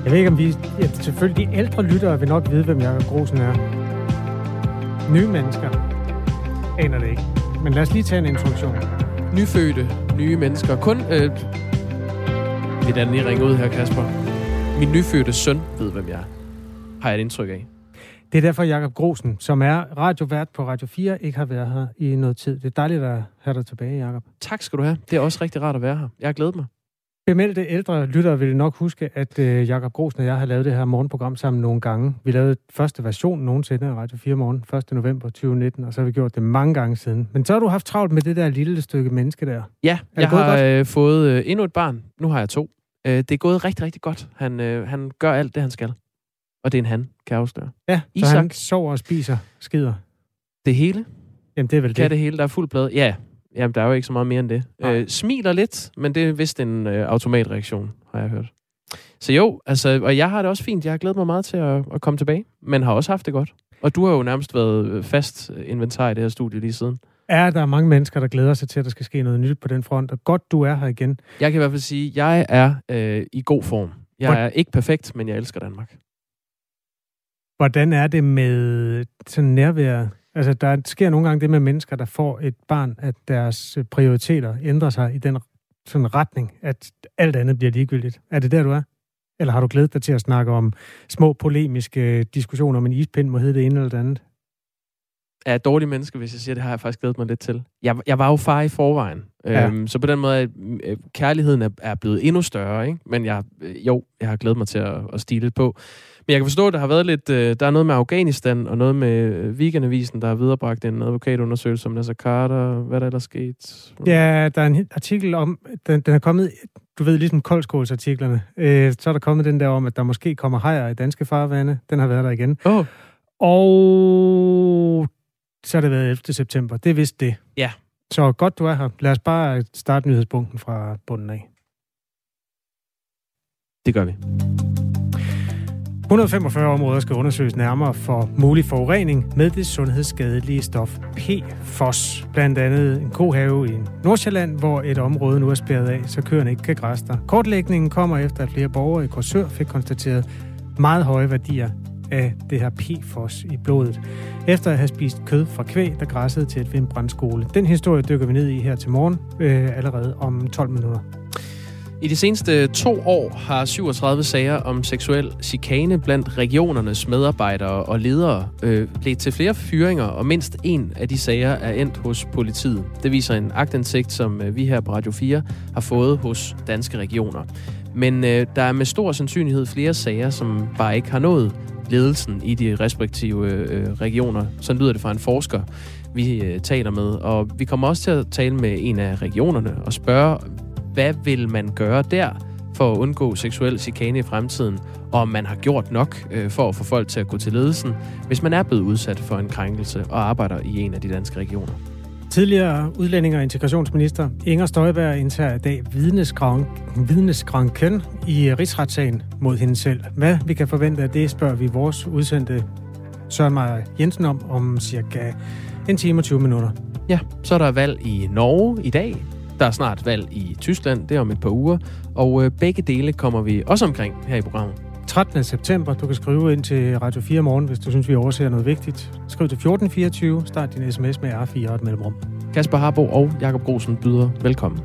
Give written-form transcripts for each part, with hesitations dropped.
Jeg ved ikke, om selvfølgelig de ældre lyttere vil nok vide, hvem Jacob Grosen er. Nye mennesker aner det ikke. Men lad os lige tage en introduktion. Nyfødte, nye mennesker. Kun... Vil lige ringe ud her, Kasper. Min nyfødte søn ved, hvem jeg er. Har jeg et indtryk af. Det er derfor, Jacob Grosen, som er radiovært på Radio 4, ikke har været her i noget tid. Det er dejligt at have dig tilbage, Jacob. Tak skal du have. Det er også rigtig rart at være her. Jeg har glædet mig. Bemeldte ældre lyttere vil nok huske, at Jacob Grosen og jeg har lavet det her morgenprogram sammen nogle gange. Vi lavede første version nogensinde af Radio 4 Morgen, 1. november 2019, og så har vi gjort det mange gange siden. Men så har du haft travlt med det der lille stykke menneske der. Ja, jeg har fået endnu et barn. Nu har jeg 2. Det er gået rigtig, rigtig godt. Han gør alt det, han skal. Og det er en han, kan jeg afsløre. Ja, Isak. Så han sover og spiser skider. Det hele? Jamen, det er vel kan det hele, der er fuld blad? Ja. Jamen, der er jo ikke så meget mere end det. Smiler lidt, men det er vist en automatreaktion, har jeg hørt. Så jo, altså, og jeg har det også fint. Jeg har glædet mig meget til at komme tilbage, men har også haft det godt. Og du har jo nærmest været fast inventar i det her studie lige siden. Ja, der er mange mennesker, der glæder sig til, at der skal ske noget nyt på den front, og godt, du er her igen. Jeg kan i hvert fald sige, at jeg er i god form. Jeg er ikke perfekt, men jeg elsker Danmark. Hvordan er det med sådan nærvær? Altså, der sker nogle gange det med mennesker, der får et barn, at deres prioriteter ændrer sig i den sådan retning, at alt andet bliver ligegyldigt. Er det der, du er? Eller har du glædet dig til at snakke om små polemiske diskussioner om en ispind må hedde det ene eller det andet? Jeg er et dårligt menneske, hvis jeg siger, det har jeg faktisk glædet mig lidt til. Jeg var jo far i forvejen. Ja. Så på den måde, kærligheden er blevet endnu større, ikke? Men jeg har glædet mig til at stige lidt på. Men jeg kan forstå, at der har været lidt... Der er noget med Afghanistan, og noget med Weekendavisen, der har viderebragt en advokatundersøgelse om Nasser Carter. Hvad der er sket? Ja, der er en artikel om... Den er kommet... Du ved, ligesom koldskålsartiklerne. Så er der kommet den der om, at der måske kommer hajer i danske farvande. Den har været der igen. Og så har det været 11. september. Det er vist det. Ja. Så godt, du er her. Lad os bare starte nyhedspunkten fra bunden af. Det gør vi. 145 områder skal undersøges nærmere for mulig forurening med det sundhedsskadelige stof PFOS. Blandt andet en kohave i Nordsjælland, hvor et område nu er spærret af, så køerne ikke kan græsse der. Kortlægningen kommer efter, at flere borgere i Korsør fik konstateret meget høje værdier af det her PFOS i blodet, efter at have spist kød fra kvæg, der græssede til et vindbrændskole. Den historie dykker vi ned i her til morgen, allerede om 12 minutter. I de seneste 2 år har 37 sager om seksuel chikane blandt regionernes medarbejdere og ledere ledt til flere fyringer, og mindst en af de sager er endt hos politiet. Det viser en aktindsigt, som vi her på Radio 4 har fået hos Danske Regioner. Men der er med stor sandsynlighed flere sager, som bare ikke har nået ledelsen i de respektive regioner. Sådan lyder det fra en forsker, vi taler med. Og vi kommer også til at tale med en af regionerne og spørge, hvad vil man gøre der for at undgå seksuel chikane i fremtiden, og om man har gjort nok for at få folk til at gå til ledelsen, hvis man er blevet udsat for en krænkelse og arbejder i en af de danske regioner. Tidligere udlænding- og integrationsminister Inger Støjberg indtager i dag vidneskranken i rigsretssagen mod hende selv. Hvad vi kan forvente af det, spørger vi vores udsendte Søren Meyer Jensen om cirka 1 time og 20 minutter. Ja, så er der valg i Norge i dag. Der er snart valg i Tyskland, det er om et par uger, og begge dele kommer vi også omkring her i programmet. 13. september, du kan skrive ind til Radio 4 morgen, hvis du synes, vi overser noget vigtigt. Skriv til 1424, start din sms med R4 og et mellemrum. Kasper Harbo og Jacob Grosen byder velkommen.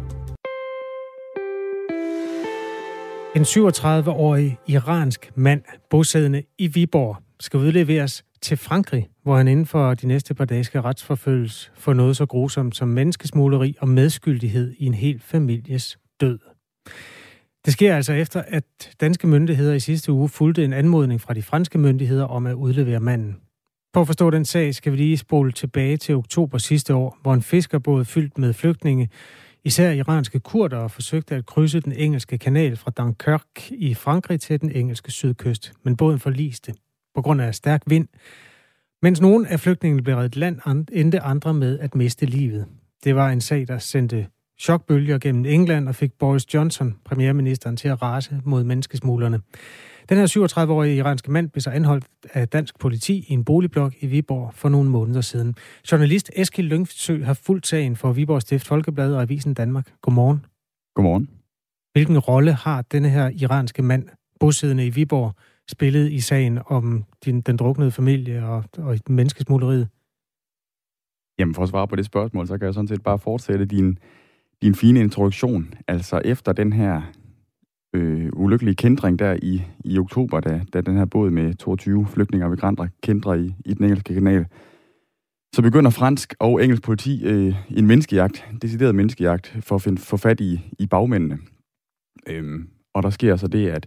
En 37-årig iransk mand, bosiddende i Viborg, skal udleveres til Frankrig, hvor han inden for de næste par dage skal retsforfølges for noget så grusomt som menneskesmugleri og medskyldighed i en hel families død. Det sker altså efter, at danske myndigheder i sidste uge fulgte en anmodning fra de franske myndigheder om at udlevere manden. For at forstå den sag skal vi lige spole tilbage til oktober sidste år, hvor en fiskerbåd fyldt med flygtninge, især iranske kurdere, forsøgte at krydse den engelske kanal fra Dunkerque i Frankrig til den engelske sydkyst, men båden forliste på grund af stærk vind. Mens nogle af flygtningene blev reddet land, endte andre med at miste livet. Det var en sag, der sendte chokbølger gennem England og fik Boris Johnson, premierministeren, til at rase mod menneskesmuglerne. Den her 37-årige iranske mand blev så anholdt af dansk politi i en boligblok i Viborg for nogle måneder siden. Journalist Eskild Lyngsø har fulgt sagen for Viborg Stift Folkeblad og Avisen Danmark. Godmorgen. Godmorgen. Hvilken rolle har denne her iranske mand bosiddende i Viborg, spillet i sagen om den druknede familie og menneskesmugleriet? Jamen, for at svare på det spørgsmål, så kan jeg sådan set bare fortsætte din fine introduktion. Altså efter den her ulykkelige kæntring der i oktober, da den her båd med 22 flygtninge og migranter kæntrer i den engelske kanal, så begynder fransk og engelsk politi en decideret menneskejagt for at få fat i bagmændene. Og der sker så det,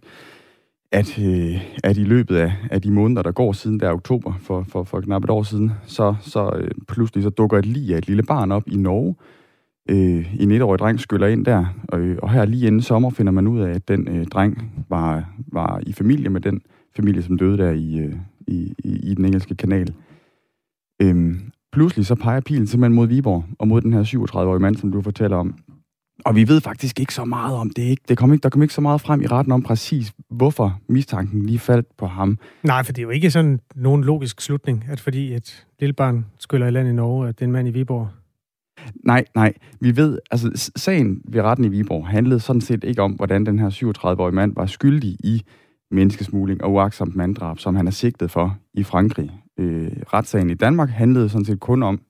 at i løbet af de måneder, der går siden der oktober, for knap et år siden, så pludselig så dukker et lig af et lille barn op i Norge. En 1-årig dreng skyller ind der, og her lige inden sommer finder man ud af, at den dreng var i familie med den familie, som døde der i den engelske kanal. Pludselig så peger pilen simpelthen mod Viborg, og mod den her 37-årige mand, som du fortæller om. Og vi ved faktisk ikke så meget om det. Der kom ikke så meget frem i retten om præcis, hvorfor mistanken lige faldt på ham. Nej, for det er jo ikke sådan nogen logisk slutning, at fordi et lille barn skyller i land i Norge, at det er en mand i Viborg. Nej. Vi ved, altså sagen ved retten i Viborg handlede sådan set ikke om, hvordan den her 37-årige mand var skyldig i menneskesmugling og uagtsomt manddrab, som han er sigtet for i Frankrig. Retssagen i Danmark handlede sådan set kun om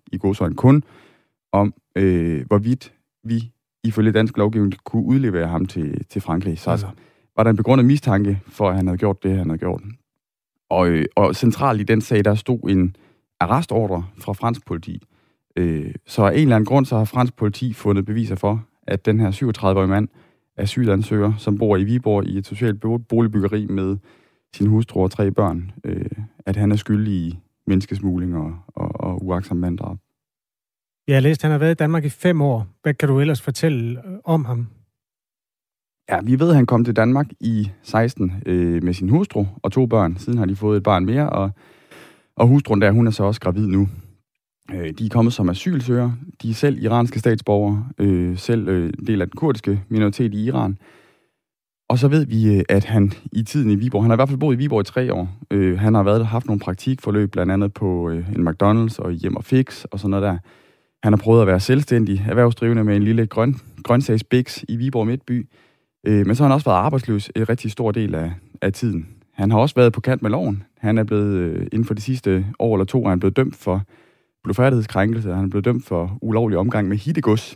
hvorvidt vi ifølge dansk lovgivning kunne udlevere ham til Frankrig. Så altså, var der en begrundet mistanke for, at han havde gjort det, han havde gjort. Og centralt i den sag, der stod en arrestordre fra fransk politi. Så af en eller anden grund, så har fransk politi fundet beviser for, at den her 37-årige mand, asylansøger, som bor i Viborg i et socialt boligbyggeri med sin hustru og 3 børn, at han er skyldig i menneskesmugling og uagtsomt manddrab. Jeg har læst, at han har været i Danmark i 5 år. Hvad kan du ellers fortælle om ham? Ja, vi ved, at han kom til Danmark i 16 med sin hustru og 2 børn. Siden har de fået et barn mere, og hustruen der, hun er så også gravid nu. De er kommet som asylsøgere. De er selv iranske statsborgere, selv en del af den kurdiske minoritet i Iran. Og så ved vi, at han i tiden i Viborg, han har i hvert fald boet i Viborg i 3 år. Han har haft nogle praktikforløb, blandt andet på en McDonald's og Hjem og Fix og sådan noget der. Han har prøvet at være selvstændig erhvervsdrivende med en lille grøntsagsbiks i Viborg Midtby. Men så har han også været arbejdsløs en rigtig stor del af tiden. Han har også været på kant med loven. Han er blevet, inden for de sidste år eller 2, er han blevet dømt for blufærdighedskrænkelse. Han er blevet dømt for ulovlig omgang med hittegods.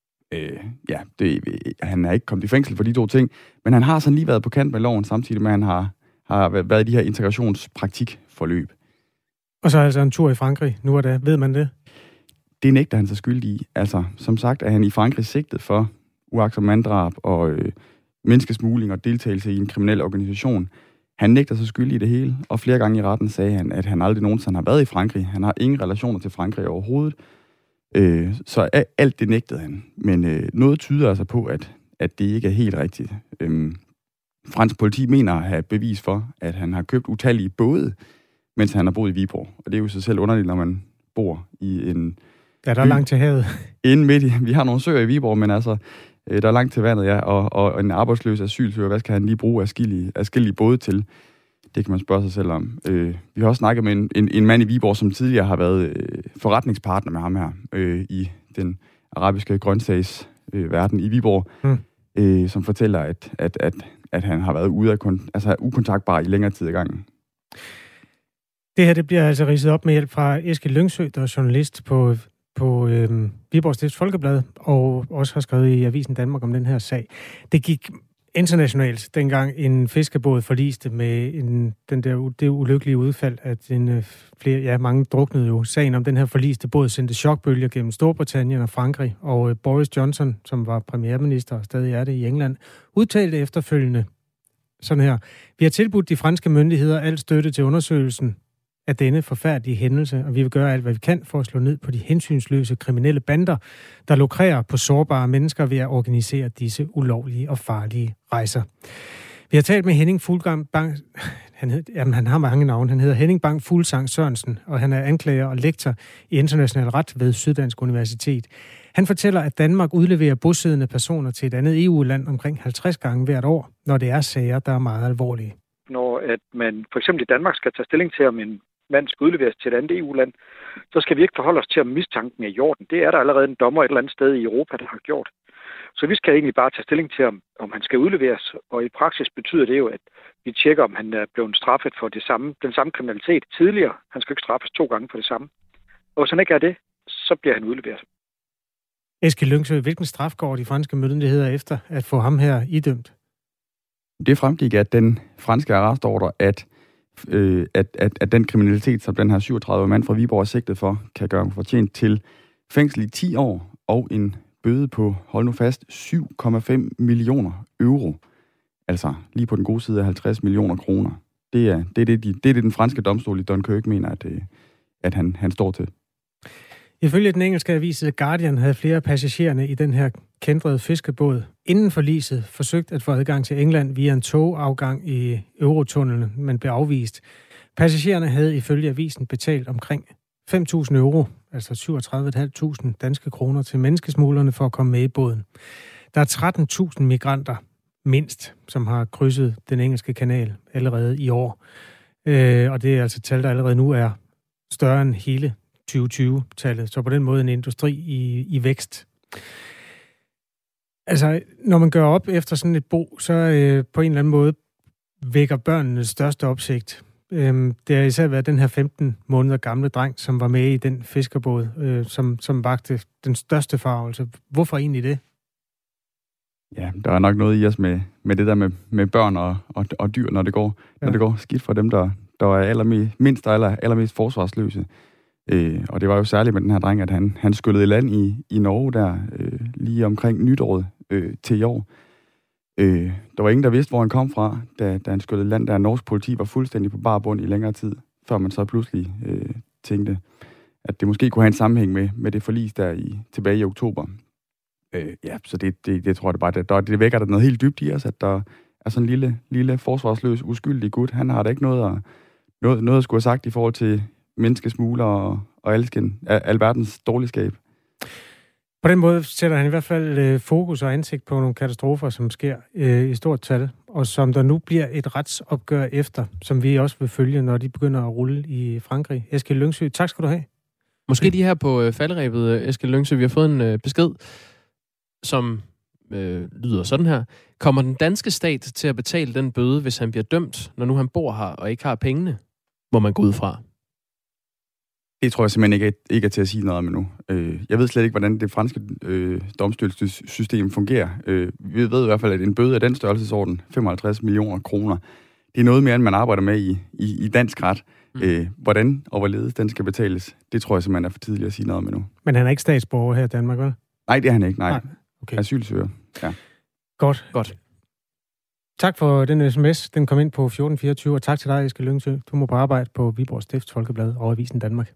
Han er ikke kommet i fængsel for de 2 ting, men han har sådan lige været på kant med loven, samtidig med, at han har været i de her integrationspraktikforløb. Og så altså en tur i Frankrig. Nu er det, ved man det? Det nægter han sig skyldig i. Altså, som sagt er han i Frankrig sigtet for uagtsomt manddrab og menneskesmugling og deltagelse i en kriminel organisation. Han nægter sig skyldig i det hele, og flere gange i retten sagde han, at han aldrig nogensinde har været i Frankrig. Han har ingen relationer til Frankrig overhovedet. Så alt det nægtede han. Men noget tyder altså på, at det ikke er helt rigtigt. Fransk politi mener at have bevis for, at han har købt utallige både, mens han har boet i Viborg. Og det er jo sig selv underligt, når man bor i en... Ja, der er langt til havet. Vi har nogle søer i Viborg, men altså, der er langt til vandet, ja. Og en arbejdsløs asylsøger, hvad skal han lige bruge afskillige både til? Det kan man spørge sig selv om. Vi har også snakket med en mand i Viborg, som tidligere har været forretningspartner med ham her i den arabiske grøntsagsverden i Viborg, som fortæller, at han har været ude af ukontaktbar i længere tid ad gangen. Det her det bliver altså ridset op med hjælp fra Eskild Lyngsø, der er journalist på Viborg Stifts Folkeblad, og også har skrevet i Avisen Danmark om den her sag. Det gik internationalt, dengang en fiskebåd forliste med det ulykkelige udfald, at mange druknede jo. Sagen om den her forliste båd sendte chokbølger gennem Storbritannien og Frankrig, og Boris Johnson, som var premierminister og stadig er det i England, udtalte efterfølgende sådan her: Vi har tilbudt de franske myndigheder al støtte til undersøgelsen af denne forfærdelige hændelse, og vi vil gøre alt, hvad vi kan for at slå ned på de hensynsløse kriminelle bander, der lukrerer på sårbare mennesker ved at organisere disse ulovlige og farlige rejser. Vi har talt med Henning Fuglsang Bang. Han har mange navne. Han hedder Henning Bang Fuglsang Sørensen, og han er anklager og lektor i international ret ved Syddansk Universitet. Han fortæller, at Danmark udleverer bosiddende personer til et andet EU-land omkring 50 gange hvert år, når det er sager, der er meget alvorlige. Når at man for eksempel i Danmark skal tage stilling til, om en mand skal udleveres til et andet EU-land, så skal vi ikke forholde os til, om mistanken er i orden. Det er der allerede en dommer et eller andet sted i Europa, der har gjort. Så vi skal egentlig bare tage stilling til, om han skal udleveres. Og i praksis betyder det jo, at Vi tjekker, om han er blevet straffet for den samme kriminalitet tidligere. Han skal ikke straffes 2 gange for det samme. Og hvis han ikke er det, så bliver han udleveret. Eskild Lyngsø, hvilken straf går de franske myndigheder efter at få ham her idømt? Det fremgik af den franske arrestordre, at den kriminalitet, som den her 37 mand fra Viborg er sigtet for, kan gøre ham fortjent til fængsel i 10 år og en bøde på, hold nu fast, 7,5 millioner euro. Altså lige på den gode side af 50 millioner kroner. Det er det, den franske domstol i Dunkirk mener, at han står til. Ifølge den engelske avis The Guardian havde flere af passagererne i den her kændrede fiskebåd inden forliset forsøgt at få adgang til England via en togafgang i Eurotunnelen, men blev afvist. Passagererne havde ifølge avisen betalt omkring 5.000 euro, altså 37.500 danske kroner til menneskesmuglerne for at komme med i båden. Der er 13.000 migranter mindst, som har krydset den engelske kanal allerede i år. Og det er altså tal, der allerede nu er større end hele 2020-tallet. Så på den måde en industri i vækst. Altså, når man gør op efter sådan et bo, så på en eller anden måde vækker børnenes største opsigt. Det har især været den her 15 måneder gamle dreng, som var med i den fiskerbåd, som vagte den største forargelse. Hvorfor egentlig det? Ja, der er nok noget i os med det der med børn og dyr, når det går skidt for dem, der er allermest forsvarsløse. Og det var jo særligt med den her dreng, at han skyllede i land i Norge der lige omkring nytåret til i år. Der var ingen, der vidste, hvor han kom fra, da han skyllede i land der. Norsk politi var fuldstændig på bar bund i længere tid, før man så pludselig tænkte, at det måske kunne have en sammenhæng med det forlis der tilbage i oktober. Så det tror jeg bare, det vækker der noget helt dybt i os, at der er sådan en lille forsvarsløs, uskyldig gut. Han har da ikke noget at skulle have sagt i forhold til menneskesmugler og alverdens dårligskab. På den måde sætter han i hvert fald fokus og ansigt på nogle katastrofer, som sker i stort tal, og som der nu bliver et retsopgør efter, som vi også vil følge, når de begynder at rulle i Frankrig. Eskild Lyngsø, tak skal du have. Måske de her på falderebet, Eskild Lyngsø, vi har fået en besked, som lyder sådan her. Kommer den danske stat til at betale den bøde, hvis han bliver dømt, når nu han bor her og ikke har pengene? Må man gå ud fra? Det tror jeg simpelthen ikke er til at sige noget om endnu. Jeg ved slet ikke, hvordan det franske domstolssystem fungerer. Vi ved i hvert fald, at en bøde af den størrelsesorden, 55 millioner kroner, det er noget mere, end man arbejder med i dansk ret. Hvordan og hvorledes den skal betales, det tror jeg simpelthen er for tidligt at sige noget om endnu. Men han er ikke statsborger her i Danmark, vel? Nej, det er han ikke, nej. Okay. Asylsøger, ja. Godt. Tak for den sms. Den kom ind på 1424, og tak til dig, Eskild Lyngsø. Du må på arbejde på Viborg Stifts Folkeblad og Avisen Danmark.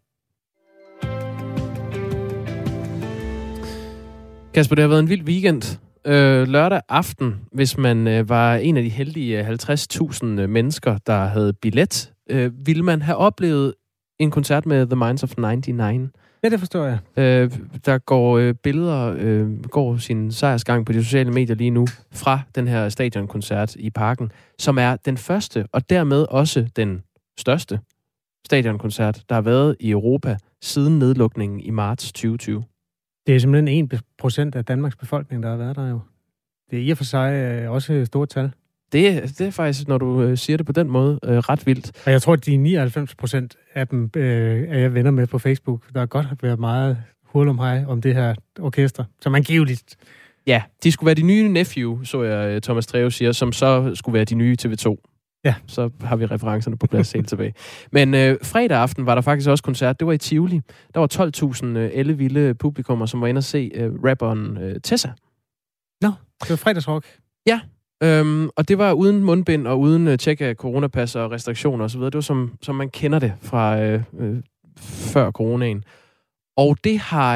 Kasper, det har været en vild weekend. Lørdag aften, hvis man var en af de heldige 50.000 mennesker, der havde billet, ville man have oplevet en koncert med The Minds of 99. Ja, det forstår jeg. Der går billeder, går sin sejrsgang på de sociale medier lige nu, fra den her stadionkoncert i Parken, som er den første, og dermed også den største stadionkoncert, der har været i Europa siden nedlukningen i marts 2020. Det er simpelthen 1% af Danmarks befolkning, der har været der jo. Det er i og for sig også et stort tal. Det er faktisk, når du siger det på den måde, ret vildt. Og jeg tror, at de 99% af dem er jeg venner med på Facebook. Der har godt været meget hurlumhej om det her orkester, som angiveligt. Ja, de skulle være de nye Nephew, så jeg Thomas Treve siger, som så skulle være de nye TV2. Ja. Så har vi referencerne på plads helt tilbage. Men fredag aften var der faktisk også koncert. Det var i Tivoli. Der var 12.000 ellevilde publikummer, som var inde at se rapperen Tessa. Nå, det var fredagsrock. Ja. Og det var uden mundbind og uden tjek af coronapas og restriktioner osv. Det var som man kender det fra før coronaen. Og det har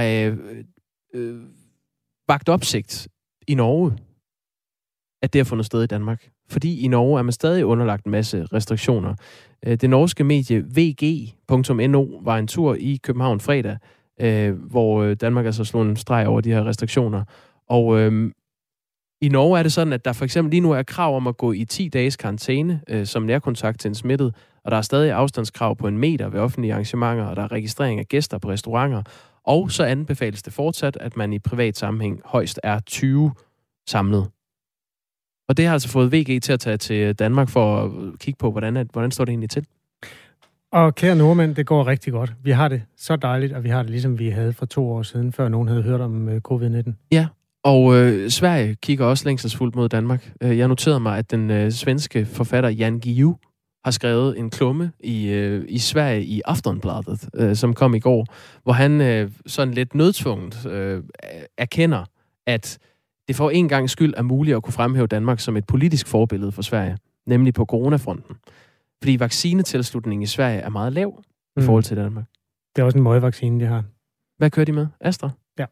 vakt opsigt i Norge, at det har fundet sted i Danmark. Fordi i Norge er man stadig underlagt en masse restriktioner. Det norske medie vg.no var en tur i København fredag, hvor Danmark altså slog en streg over de her restriktioner. Og i Norge er det sådan, at der for eksempel lige nu er krav om at gå i 10 dages karantæne som nærkontakt til en smittet, og der er stadig afstandskrav på 1 meter ved offentlige arrangementer, og der er registrering af gæster på restauranter, og så anbefales det fortsat, at man i privat sammenhæng højst er 20 samlet. Og det har altså fået VG til at tage til Danmark for at kigge på, hvordan står det egentlig til. Og kære nordmænd, det går rigtig godt. Vi har det så dejligt, og vi har det ligesom vi havde for 2 år siden, før nogen havde hørt om covid-19. Ja, og Sverige kigger også længselsfuldt mod Danmark. Jeg noterede mig, at den svenske forfatter Jan Guillou har skrevet en klumme i Sverige i Aftonbladet, som kom i går, hvor han sådan lidt nødtvunget erkender, at det for en gang skyld er muligt at kunne fremhæve Danmark som et politisk forbillede for Sverige, nemlig på coronafronten. Fordi vaccinetilslutningen i Sverige er meget lav i forhold til Danmark. Det er også en møgvaccine, de har. Hvad kører de med? Astra? Ja.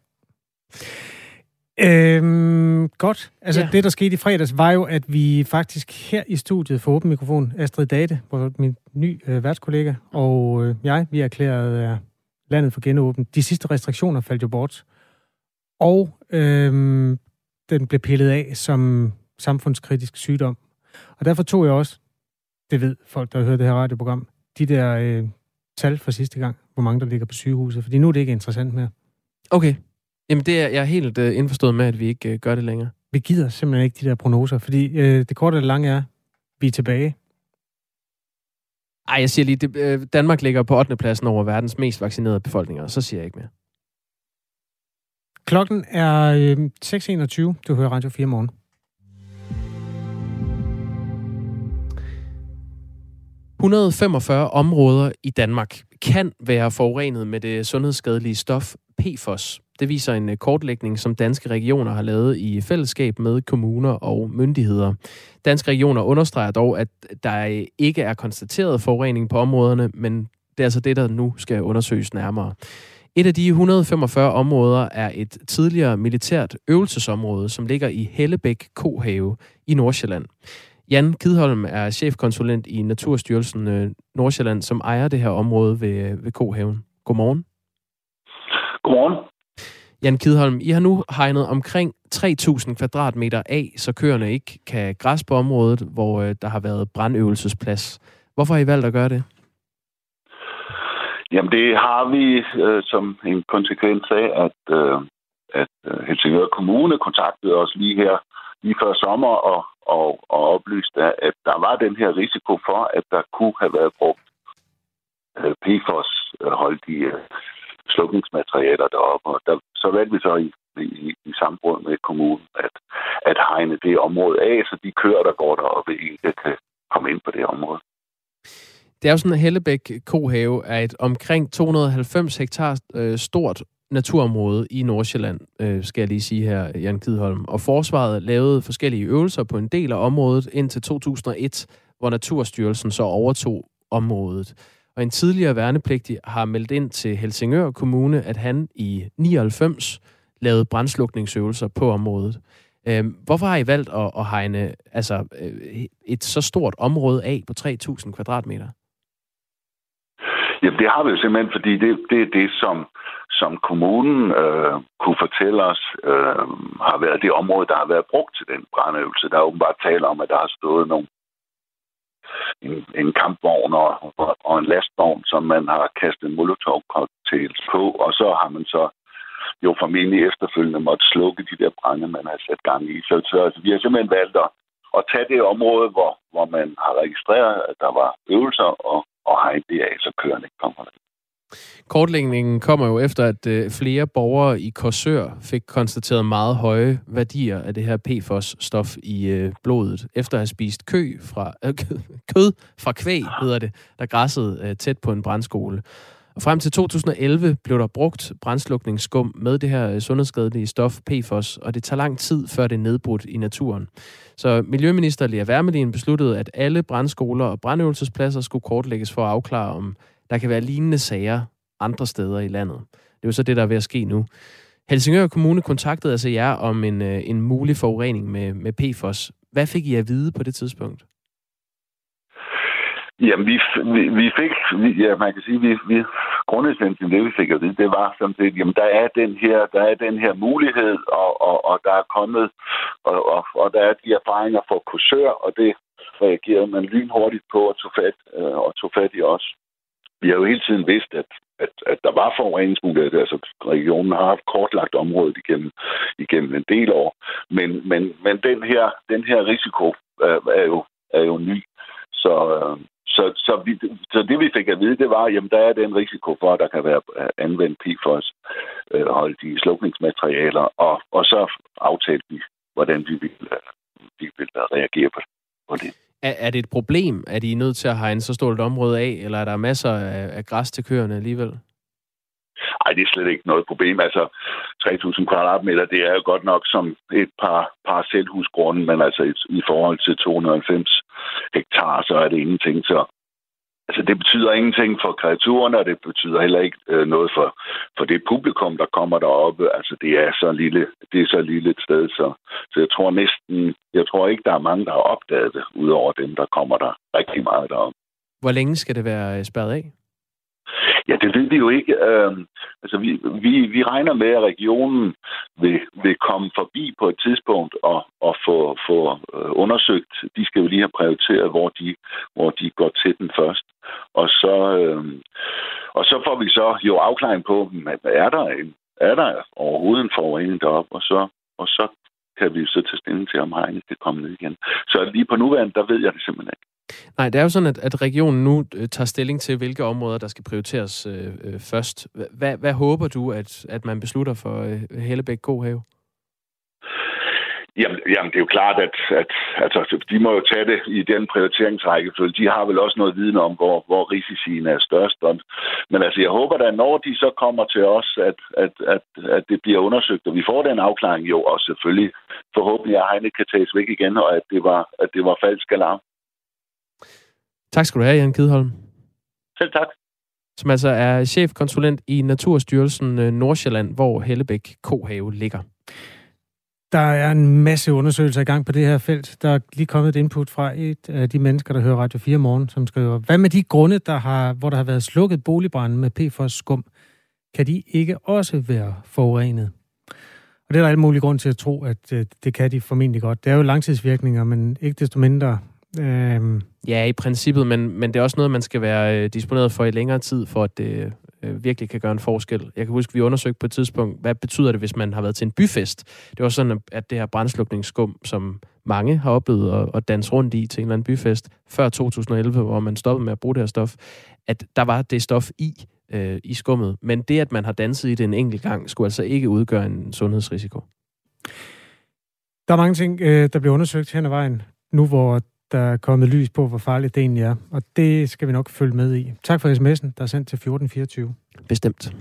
Godt. Altså det, der skete i fredags, var jo, at vi faktisk her i studiet for åben mikrofon, Astrid Date, min ny værtskollega, og vi erklærede landet for genåbent. De sidste restriktioner faldt jo bort. Og den blev pillet af som samfundskritisk sygdom. Og derfor tog jeg også, det ved folk, der har hørt det her radioprogram, de der tal fra sidste gang, hvor mange der ligger på sygehuset, fordi nu er det ikke interessant mere. Okay. Jamen, jeg er helt indforstået med, at vi ikke gør det længere. Vi gider simpelthen ikke de der prognoser, fordi det korte og det lange er, vi er tilbage. Ej, jeg siger lige, Danmark ligger på 8. pladsen over verdens mest vaccinerede befolkninger, så siger jeg ikke mere. Klokken er 6:21. Du hører Radio 4 morgen. ...145 områder i Danmark kan være forurenet med det sundhedsskadelige stof PFOS. Det viser en kortlægning, som Danske Regioner har lavet i fællesskab med kommuner og myndigheder. Danske Regioner understreger dog, at der ikke er konstateret forurening på områderne, men det er altså det, der nu skal undersøges nærmere. Et af de 145 områder er et tidligere militært øvelsesområde, som ligger i Hellebæk Kohave i Nordsjælland. Jan Kidholm er chefkonsulent i Naturstyrelsen Nordsjælland, som ejer det her område ved Kohaven. Godmorgen. Godmorgen. Jan Kidholm, I har nu hegnet omkring 3.000 kvadratmeter af, så køerne ikke kan græsse på området, hvor der har været brandøvelsesplads. Hvorfor har I valgt at gøre det? Jamen, det har vi som en konsekvens af, at Helsingør Kommune kontaktede os lige før sommer og oplyste, at der var den her risiko for, at der kunne have været brugt PFOS-holdige slukningsmaterialer deroppe. Og så valgte vi så i samråd med kommunen at hegne det område af, så de køer, der går deroppe, ikke kan komme ind på det område. Det er jo sådan, at Hellebæk Kohave er et omkring 290 hektar stort naturområde i Nordsjælland, skal jeg lige sige her, Jan Kidholm. Og forsvaret lavede forskellige øvelser på en del af området indtil 2001, hvor Naturstyrelsen så overtog området. Og en tidligere værnepligtig har meldt ind til Helsingør Kommune, at han i 99 lavede brandslukningsøvelser på området. Hvorfor har I valgt at hegne et så stort område af på 3.000 kvadratmeter? Jamen, det har vi jo simpelthen, fordi det er det, som kommunen kunne fortælle os, har været det område, der har været brugt til den brandøvelse. Der er åbenbart tale om, at der har stået en kampvogn og en lastvogn, som man har kastet molotov-cocktails på, og så har man så jo formentlig efterfølgende måtte slukke de der brande, man har sat gang i. Så altså, vi har simpelthen valgt at tage det område, hvor man har registreret, at der var øvelser, og hegne det af, så køerne ikke kommer der. Kortlægningen kommer jo efter, at flere borgere i Korsør fik konstateret meget høje værdier af det her PFOS-stof i blodet, efter at have spist kød fra kvæg, hedder det, der græssede tæt på en brandskole. Og frem til 2011 blev der brugt brandslukningsskum med det her sundhedsskadelige stof PFOS, og det tager lang tid, før det er nedbrudt i naturen. Så Miljøminister Lea Wermelin besluttede, at alle brandskoler og brandøvelsespladser skulle kortlægges for at afklare, om der kan være lignende sager andre steder i landet. Det er jo så det, der er ved at ske nu. Helsingør Kommune kontaktede altså jer om en mulig forurening med PFOS. Hvad fik I at vide på det tidspunkt? Jamen, vi fik, man kan sige, vi grundessensen, det vi fik at vide, det var sådan set, jamen, der er den her mulighed, og der er kommet, og der er de erfaringer for Korsør, og det reagerede man lynhurtigt på og tog fat i os. Vi har jo hele tiden vidst, at der var forureningsmuligheder. Altså, regionen har haft kortlagt området igennem en del år. Men den her risiko er jo ny. Så det, vi fik at vide, det var, jamen, der er den risiko for, at der kan være anvendt PFOS holdt i slukningsmaterialer, og så aftalte vi, hvordan vi vil reagere på det. Er det et problem, at I er nødt til at hegne så stort et område af, eller er der masser af græs til køerne alligevel? Nej, det er slet ikke noget problem. Altså, 3.000 kvadratmeter, det er jo godt nok som et par parcelhusgrunde, men altså i forhold til 290 hektar, så er det ingenting. Så altså, det betyder ingenting for kreaturerne, og det betyder heller ikke noget for det publikum, der kommer deroppe. Altså, det er så lille et sted, så jeg tror ikke, der er mange, der har opdaget det, udover dem, der kommer der rigtig meget deroppe. Hvor længe skal det være spærret af? Ja, det ved vi jo ikke. Altså, vi regner med, at regionen vil komme forbi på et tidspunkt og få undersøgt. De skal jo lige have prioriteret, hvor de går til den først. Og så får vi så jo afklaring på, er der overhovedet en forurening deroppe, og så kan vi så tage stilling til, om hegnet kan komme ned igen. Så lige på nuværende, der ved jeg det simpelthen ikke. Nej, det er jo sådan, at regionen nu tager stilling til, hvilke områder, der skal prioriteres først. Hvad håber du, at man beslutter for Hellebæk Kohave? Jamen, det er jo klart, at altså, de må jo tage det i den prioriteringsrækkefølge. De har vel også noget viden om, hvor risiciene er størst. Men altså, jeg håber da, når de så kommer til os, at det bliver undersøgt, og vi får den afklaring jo, og selvfølgelig forhåbentlig, at hegnet kan tages væk igen, og at det var falsk alarm. Tak skal du have, Jan Kidholm. Selv tak. Som altså er chefkonsulent i Naturstyrelsen Nordsjælland, hvor Hellebæk Kohave ligger. Der er en masse undersøgelser i gang på det her felt. Der er lige kommet et input fra et af de mennesker, der hører Radio 4 morgen, som skriver, hvad med de grunde, hvor der har været slukket boligbrande med PFOS-skum? Kan de ikke også være forurenet? Og det er der alle mulige grunde til at tro, at det kan de formentlig godt. Det er jo langtidsvirkninger, men ikke desto mindre. Ja, i princippet, men det er også noget, man skal være disponeret for i længere tid, for at det virkelig kan gøre en forskel. Jeg kan huske, at vi undersøgte på et tidspunkt, hvad betyder det, hvis man har været til en byfest? Det var sådan, at det her brandslukningsskum, som mange har oplevet at danse rundt i til en eller anden byfest, før 2011, hvor man stoppede med at bruge det her stof, at der var det stof i skummet. Men det, at man har danset i det en enkelt gang, skulle altså ikke udgøre en sundhedsrisiko. Der er mange ting, der bliver undersøgt hen ad vejen, nu hvor der er kommet lys på, hvor farligt det egentlig er. Og det skal vi nok følge med i. Tak for sms'en, der er sendt til 1424. Bestemt.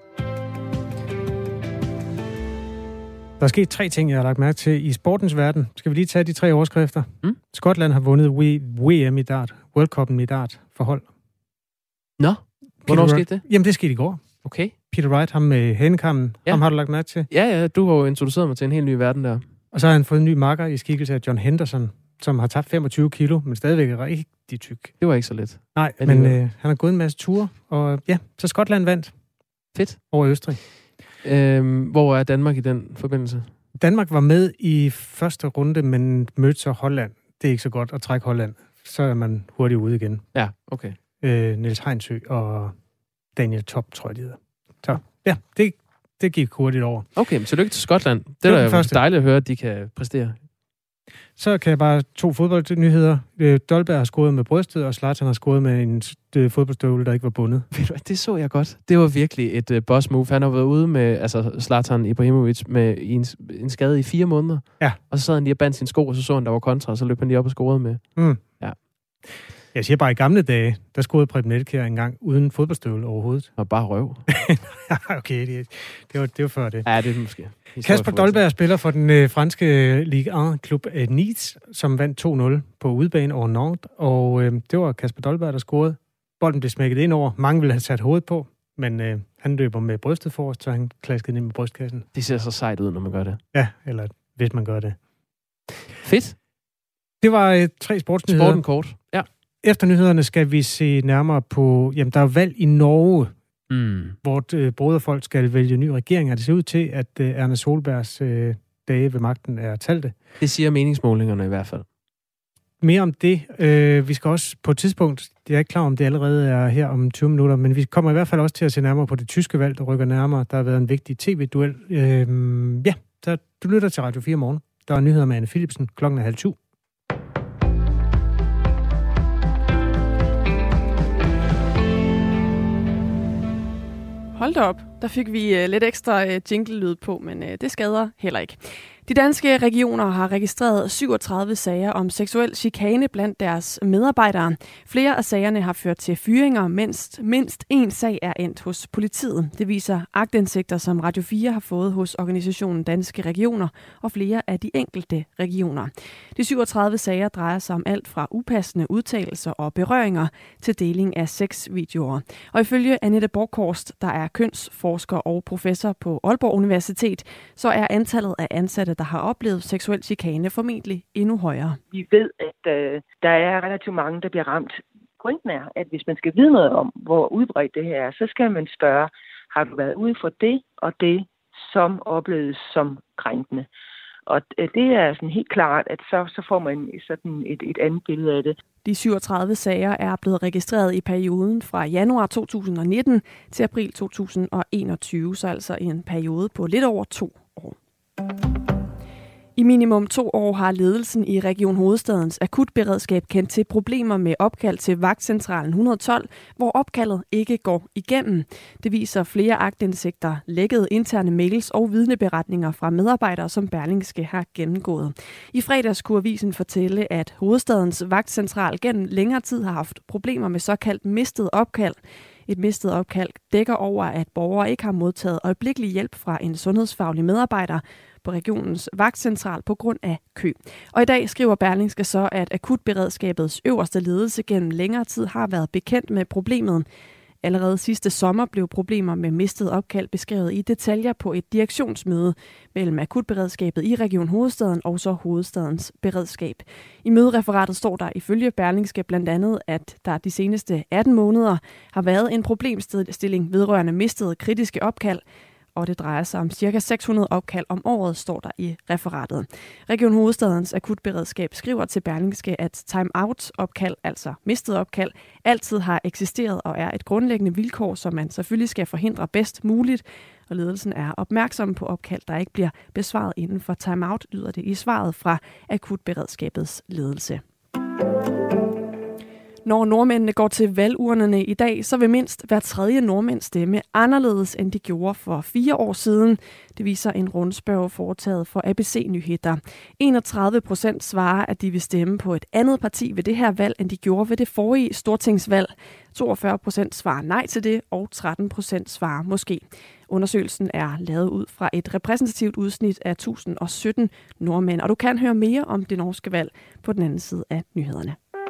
Der er sket 3 ting, jeg har lagt mærke til i sportens verden. Skal vi lige tage de 3 overskrifter? Skotland har vundet VM i dart. World Cup'en i dart for hold. Nå, hvornår skete det? Jamen, det skete i går. Okay. Peter Wright, ham med hændekammen, ham har du lagt mærke til? Ja, du har jo introduceret mig til en helt ny verden der. Og så har han fået en ny makker i skikkelse af John Henderson, som har tabt 25 kilo, men stadigvæk er rigtig tyk. Det var ikke så let. Nej, men han har gået en masse ture, og ja, så Skotland vandt. Fedt. Over Østrig. Hvor er Danmark i den forbindelse? Danmark var med i første runde, men mødte så Holland. Det er ikke så godt at trække Holland. Så er man hurtigt ude igen. Ja, okay. Niels Heinsø og Daniel Top, tror jeg, de hedder. Så ja, det gik hurtigt over. Okay, men tillykke til Skotland. Det er da dejligt at høre, at de kan præstere. Så kan jeg bare 2 fodboldnyheder. Dolberg har scoret med brystet, og Zlatan har scoret med en fodboldstøvle, der ikke var bundet. Det så jeg godt. Det var virkelig et boss move. Han har været ude med Zlatan Ibrahimovic med en skade i 4 måneder. Ja. Og så sad han lige og bandt sin sko, og så han, der var kontra, og så løb han lige op og scorede med. Ja. Jeg siger bare, i gamle dage, der scorede Preben Elkjær engang uden fodboldstøvle overhovedet. Og bare røv. Okay, det var før det. Ja, det er måske. Kasper Dolberg spiller for den franske Ligue 1-klub Nice, som vandt 2-0 på udebane over Nantes. Og det var Kasper Dolberg, der scorede. Bolden blev smækket ind over. Mange ville have sat hovedet på, men han løber med brystet forrest, så han klaskede ind med brystkassen. Det ser så sejt ud, når man gør det. Ja, eller hvis man gør det. Fedt. Det var 3 sportsnyheder. Sporten kort, ja. Efter nyhederne skal vi se nærmere på, jamen der er valg i Norge, hvor broderfolk skal vælge ny regering, og det ser ud til, at Erna Solbergs dage ved magten er talte. Det siger meningsmålingerne i hvert fald. mere om det. Vi skal også på et tidspunkt, jeg er ikke klar om det allerede er her om 20 minutter, men vi kommer i hvert fald også til at se nærmere på det tyske valg, der rykker nærmere. Der har været en vigtig tv-duel. Så du lytter til Radio 4 morgen. Der er nyheder med Anne Philipsen. Klokken er 7:30. Hold da op, der fik vi lidt ekstra jingle-lyd på, men det skader heller ikke. De danske regioner har registreret 37 sager om seksuel chikane blandt deres medarbejdere. Flere af sagerne har ført til fyringer, mens mindst en sag er endt hos politiet. Det viser aktindsigter, som Radio 4 har fået hos organisationen Danske Regioner og flere af de enkelte regioner. De 37 sager drejer sig om alt fra upassende udtalelser og berøringer til deling af sexvideoer. Og ifølge Annette Borkhorst, der er kønsforsker og professor på Aalborg Universitet, så er antallet af ansatte, der har oplevet seksuel chikane, formentlig endnu højere. Vi ved, at der er relativt mange, der bliver ramt. Pointen er, at hvis man skal vide noget om, hvor udbredt det her er, så skal man spørge, har du været ude for det og det, som opleves som krænkende? Og det er sådan helt klart, at så får man sådan et andet billede af det. De 37 sager er blevet registreret i perioden fra januar 2019 til april 2021, så altså en periode på lidt over 2 år. I minimum 2 år har ledelsen i Region Hovedstadens akutberedskab kendt til problemer med opkald til vagtcentralen 112, hvor opkaldet ikke går igennem. Det viser flere aktindsigter, lækkede interne mails og vidneberetninger fra medarbejdere, som Berlingske har gennemgået. I fredags kunne avisen fortælle, at Hovedstadens vagtcentral gennem længere tid har haft problemer med såkaldt mistet opkald. Et mistet opkald dækker over, at borgere ikke har modtaget øjeblikkelig hjælp fra en sundhedsfaglig medarbejder på regionens vagtcentral på grund af kø. Og i dag skriver Berlingske så, at akutberedskabets øverste ledelse gennem længere tid har været bekendt med problemet. Allerede sidste sommer blev problemer med mistet opkald beskrevet i detaljer på et direktionsmøde mellem akutberedskabet i Region Hovedstaden og så Hovedstadens beredskab. I mødereferatet står der ifølge Berlingske blandt andet, at der de seneste 18 måneder har været en problemstilling vedrørende mistede kritiske opkald, og det drejer sig om ca. 600 opkald om året, står der i referatet. Region Hovedstadens akutberedskab skriver til Berlingske, at time-out-opkald, altså mistet opkald, altid har eksisteret og er et grundlæggende vilkår, som man selvfølgelig skal forhindre bedst muligt. Og ledelsen er opmærksom på opkald, der ikke bliver besvaret inden for time-out, lyder det i svaret fra akutberedskabets ledelse. Når nordmændene går til valgurnerne i dag, så vil mindst hver tredje nordmænd stemme anderledes, end de gjorde for 4 år siden. Det viser en rundspørge foretaget for ABC Nyheder. 31% svarer, at de vil stemme på et andet parti ved det her valg, end de gjorde ved det forrige stortingsvalg. 42% svarer nej til det, og 13% svarer måske. Undersøgelsen er lavet ud fra et repræsentativt udsnit af 1017 nordmænd, og du kan høre mere om det norske valg på den anden side af nyhederne.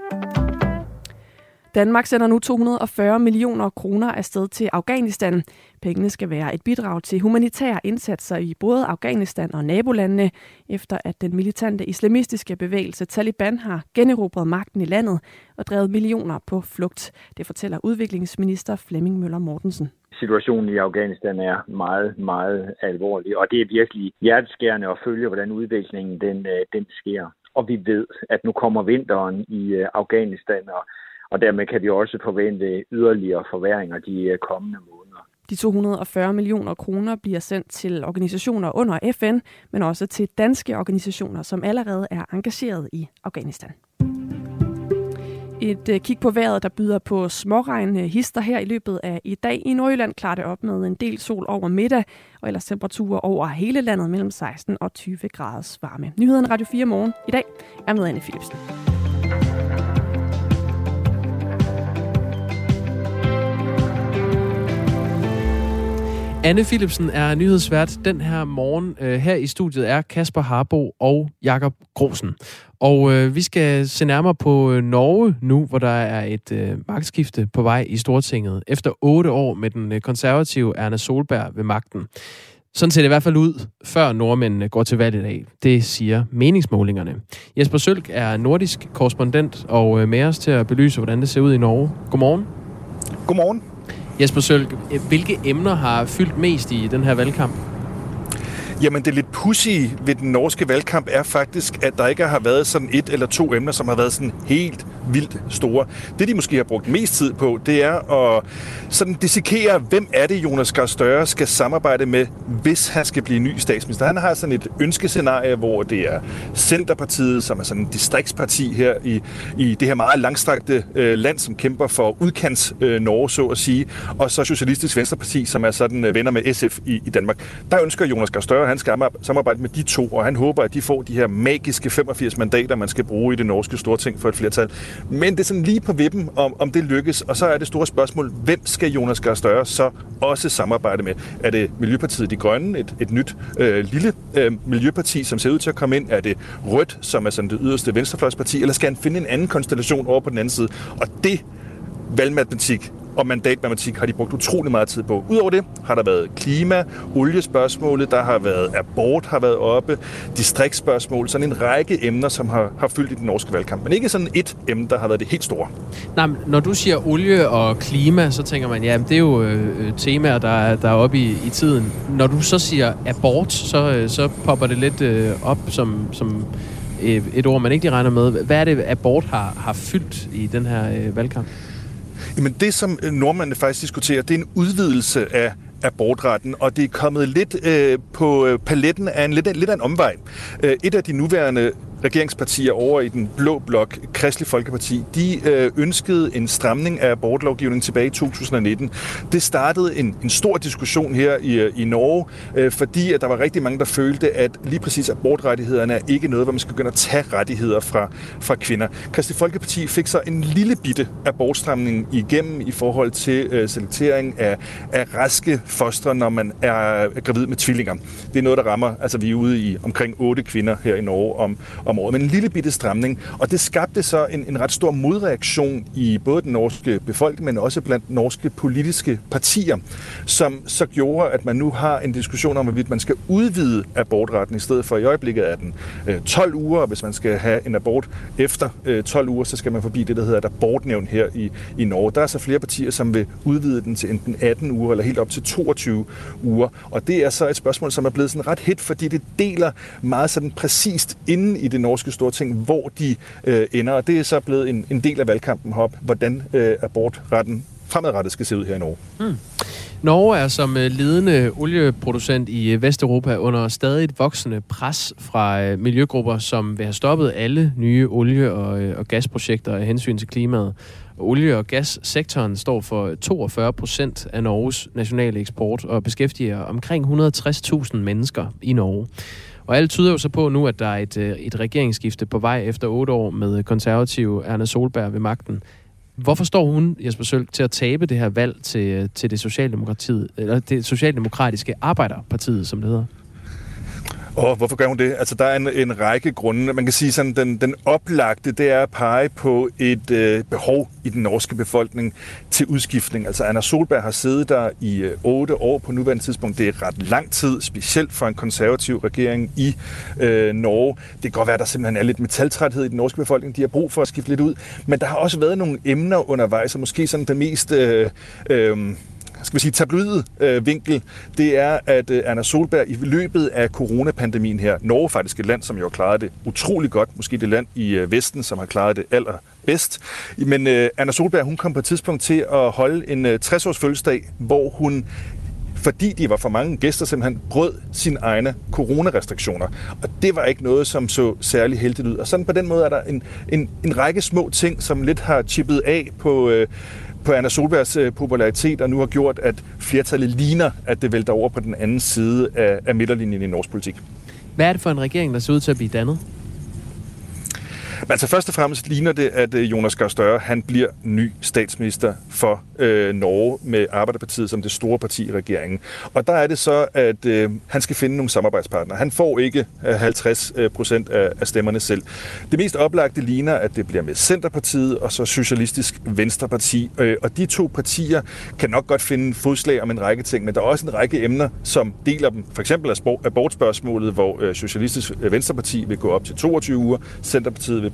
Danmark sender nu 240 millioner kroner afsted til Afghanistan. Pengene skal være et bidrag til humanitære indsatser i både Afghanistan og nabolandene, efter at den militante islamistiske bevægelse Taliban har generobret magten i landet og drevet millioner på flugt. Det fortæller udviklingsminister Flemming Møller Mortensen. Situationen i Afghanistan er meget, meget alvorlig, og det er virkelig hjerteskærende at følge, hvordan udviklingen den sker. Og vi ved, at nu kommer vinteren i Afghanistan, og dermed kan vi også forvente yderligere forværringer de kommende måneder. De 240 millioner kroner bliver sendt til organisationer under FN, men også til danske organisationer, som allerede er engageret i Afghanistan. Et kig på vejret, der byder på småregn hister her i løbet af i dag. I Nordjylland klarer det op med en del sol over middag, og ellers temperaturer over hele landet mellem 16 og 20 graders varme. Nyhederne Radio 4 morgen i dag er med Anne Philipsen. Anne Philipsen er nyhedsvært den her morgen. Her i studiet er Kasper Harbo og Jakob Grosen. Og vi skal se nærmere på Norge nu, hvor der er et magtskifte på vej i Stortinget. Efter 8 år med den konservative Erna Solberg ved magten. Sådan ser det i hvert fald ud, før nordmændene går til valg i dag. Det siger meningsmålingerne. Jesper Sølk er nordisk korrespondent og med os til at belyse, hvordan det ser ud i Norge. Godmorgen. Godmorgen. Jesper Sølk, hvilke emner har fyldt mest i den her valgkamp? Jamen, det lidt pudsige ved den norske valgkamp er faktisk, at der ikke har været sådan et eller to emner, som har været sådan helt vildt store. Det, de måske har brugt mest tid på, det er at sådan dissekere, hvem er det, Jonas Gahr Støre skal samarbejde med, hvis han skal blive ny statsminister. Han har sådan et ønskescenarie, hvor det er Centerpartiet, som er sådan en distriktsparti her i det her meget langstrakte land, som kæmper for udkants Norge, så at sige, og så Socialistisk Venstreparti, som er sådan venner med SF i Danmark. Der ønsker Jonas Gahr Støre, at han skal samarbejde med de to, og han håber, at de får de her magiske 85 mandater, man skal bruge i det norske storting for et flertal. Men det er sådan lige på vippen, om det lykkes, og så er det store spørgsmål, hvem skal Jonas Gahr Støre så også samarbejde med? Er det Miljøpartiet De Grønne, et nyt lille miljøparti, som ser ud til at komme ind? Er det Rødt, som er sådan det yderste venstrefløjsparti, eller skal han finde en anden konstellation over på den anden side? Og det valgmatematik og mandatmatematik har de brugt utrolig meget tid på. Udover det har der været klima, oliespørgsmålet, der har været abort, har været oppe, distriktsspørgsmål, sådan en række emner, som har fyldt i den norske valgkamp. Men ikke sådan et emne, der har været det helt store. Nej, når du siger olie og klima, så tænker man, ja, det er jo temaer, der er oppe i tiden. Når du så siger abort, så popper det lidt op som et ord, man ikke lige regner med. Hvad er det, abort har fyldt i den her valgkamp? Jamen det, som nordmændene faktisk diskuterer, det er en udvidelse af abortretten, og det er kommet lidt på paletten af lidt af en omvej. Et af de nuværende regeringspartier over i den blå blok, Kristelig Folkeparti, de ønskede en stramning af abortlovgivningen tilbage i 2019. Det startede en stor diskussion her i Norge, fordi at der var rigtig mange, der følte, at lige præcis abortrettighederne er ikke noget, hvor man skal begynde at tage rettigheder fra kvinder. Kristelig Folkeparti fik så en lille bitte abortstramning igennem i forhold til selektering af raske fostre, når man er gravid med tvillinger. Det er noget, der rammer, altså vi er ude i omkring 8 kvinder her i Norge om året, men en lille bitte stramning. Og det skabte så en ret stor modreaktion i både den norske befolkning, men også blandt norske politiske partier, som så gjorde, at man nu har en diskussion om, hvorvidt man skal udvide abortretten i stedet for. I øjeblikket er den 12 uger, og hvis man skal have en abort efter 12 uger, så skal man forbi det, der hedder et abortnævn her i Norge. Der er så flere partier, som vil udvide den til enten 18 uger eller helt op til 22 uger. Og det er så et spørgsmål, som er blevet sådan ret hit, fordi det deler meget sådan præcist inden i det norske storting, hvor de ender. Og det er så blevet en del af valgkampen heroppe, hvordan abortretten fremadrettet skal se ud her i Norge. Norge er som ledende olieproducent i Vesteuropa under stadig voksende pres fra miljøgrupper, som vil have stoppet alle nye olie- og gasprojekter af hensyn til klimaet. Olie- og gassektoren står for 42% af Norges nationale eksport og beskæftiger omkring 160.000 mennesker i Norge. Og alt tyder jo så på nu, at der er et regeringsskifte på vej efter 8 år med konservative Erna Solberg ved magten. Hvorfor står hun, Jesper Sølk, til at tabe det her valg til det socialdemokratiske Arbejderpartiet, som det hedder? Hvorfor gør hun det? Altså, der er en række grunde. Man kan sige sådan, den oplagte, det er at pege på et behov i den norske befolkning til udskiftning. Altså, Erna Solberg har siddet der i 8 år på nuværende tidspunkt. Det er ret lang tid, specielt for en konservativ regering i Norge. Det kan godt være, at der simpelthen er lidt metaltræthed i den norske befolkning. De har brug for at skifte lidt ud. Men der har også været nogle emner undervejs, og måske sådan den mest skal vi sige, tabloide vinkel, det er, at Erna Solberg i løbet af coronapandemien her, Norge faktisk et land, som jo har klaret det utrolig godt, måske det land i Vesten, som har klaret det allerbedst. Men Erna Solberg, hun kom på et tidspunkt til at holde en 60-års fødselsdag, hvor hun, fordi de var for mange gæster, simpelthen brød sine egne coronarestriktioner. Og det var ikke noget, som så særlig heldigt ud. Og sådan på den måde er der en række små ting, som lidt har chippet af på Erna Solbergs popularitet, og nu har gjort, at flertallet ligner, at det vælter over på den anden side af midterlinjen i norsk politik. Hvad er det for en regering, der ser ud til at blive dannet? Altså først og fremmest ligner det, at Jonas Gahr Støre, han bliver ny statsminister for Norge med Arbejderpartiet som det store parti i regeringen. Og der er det så, at han skal finde nogle samarbejdspartnere. Han får ikke 50% af stemmerne selv. Det mest oplagte ligner, at det bliver med Centerpartiet og så Socialistisk Venstreparti. Og de to partier kan nok godt finde fodslag om en række ting, men der er også en række emner, som deler dem. For eksempel abortspørgsmålet, hvor Socialistisk Venstreparti vil gå op til 22 uger, Centerpartiet vil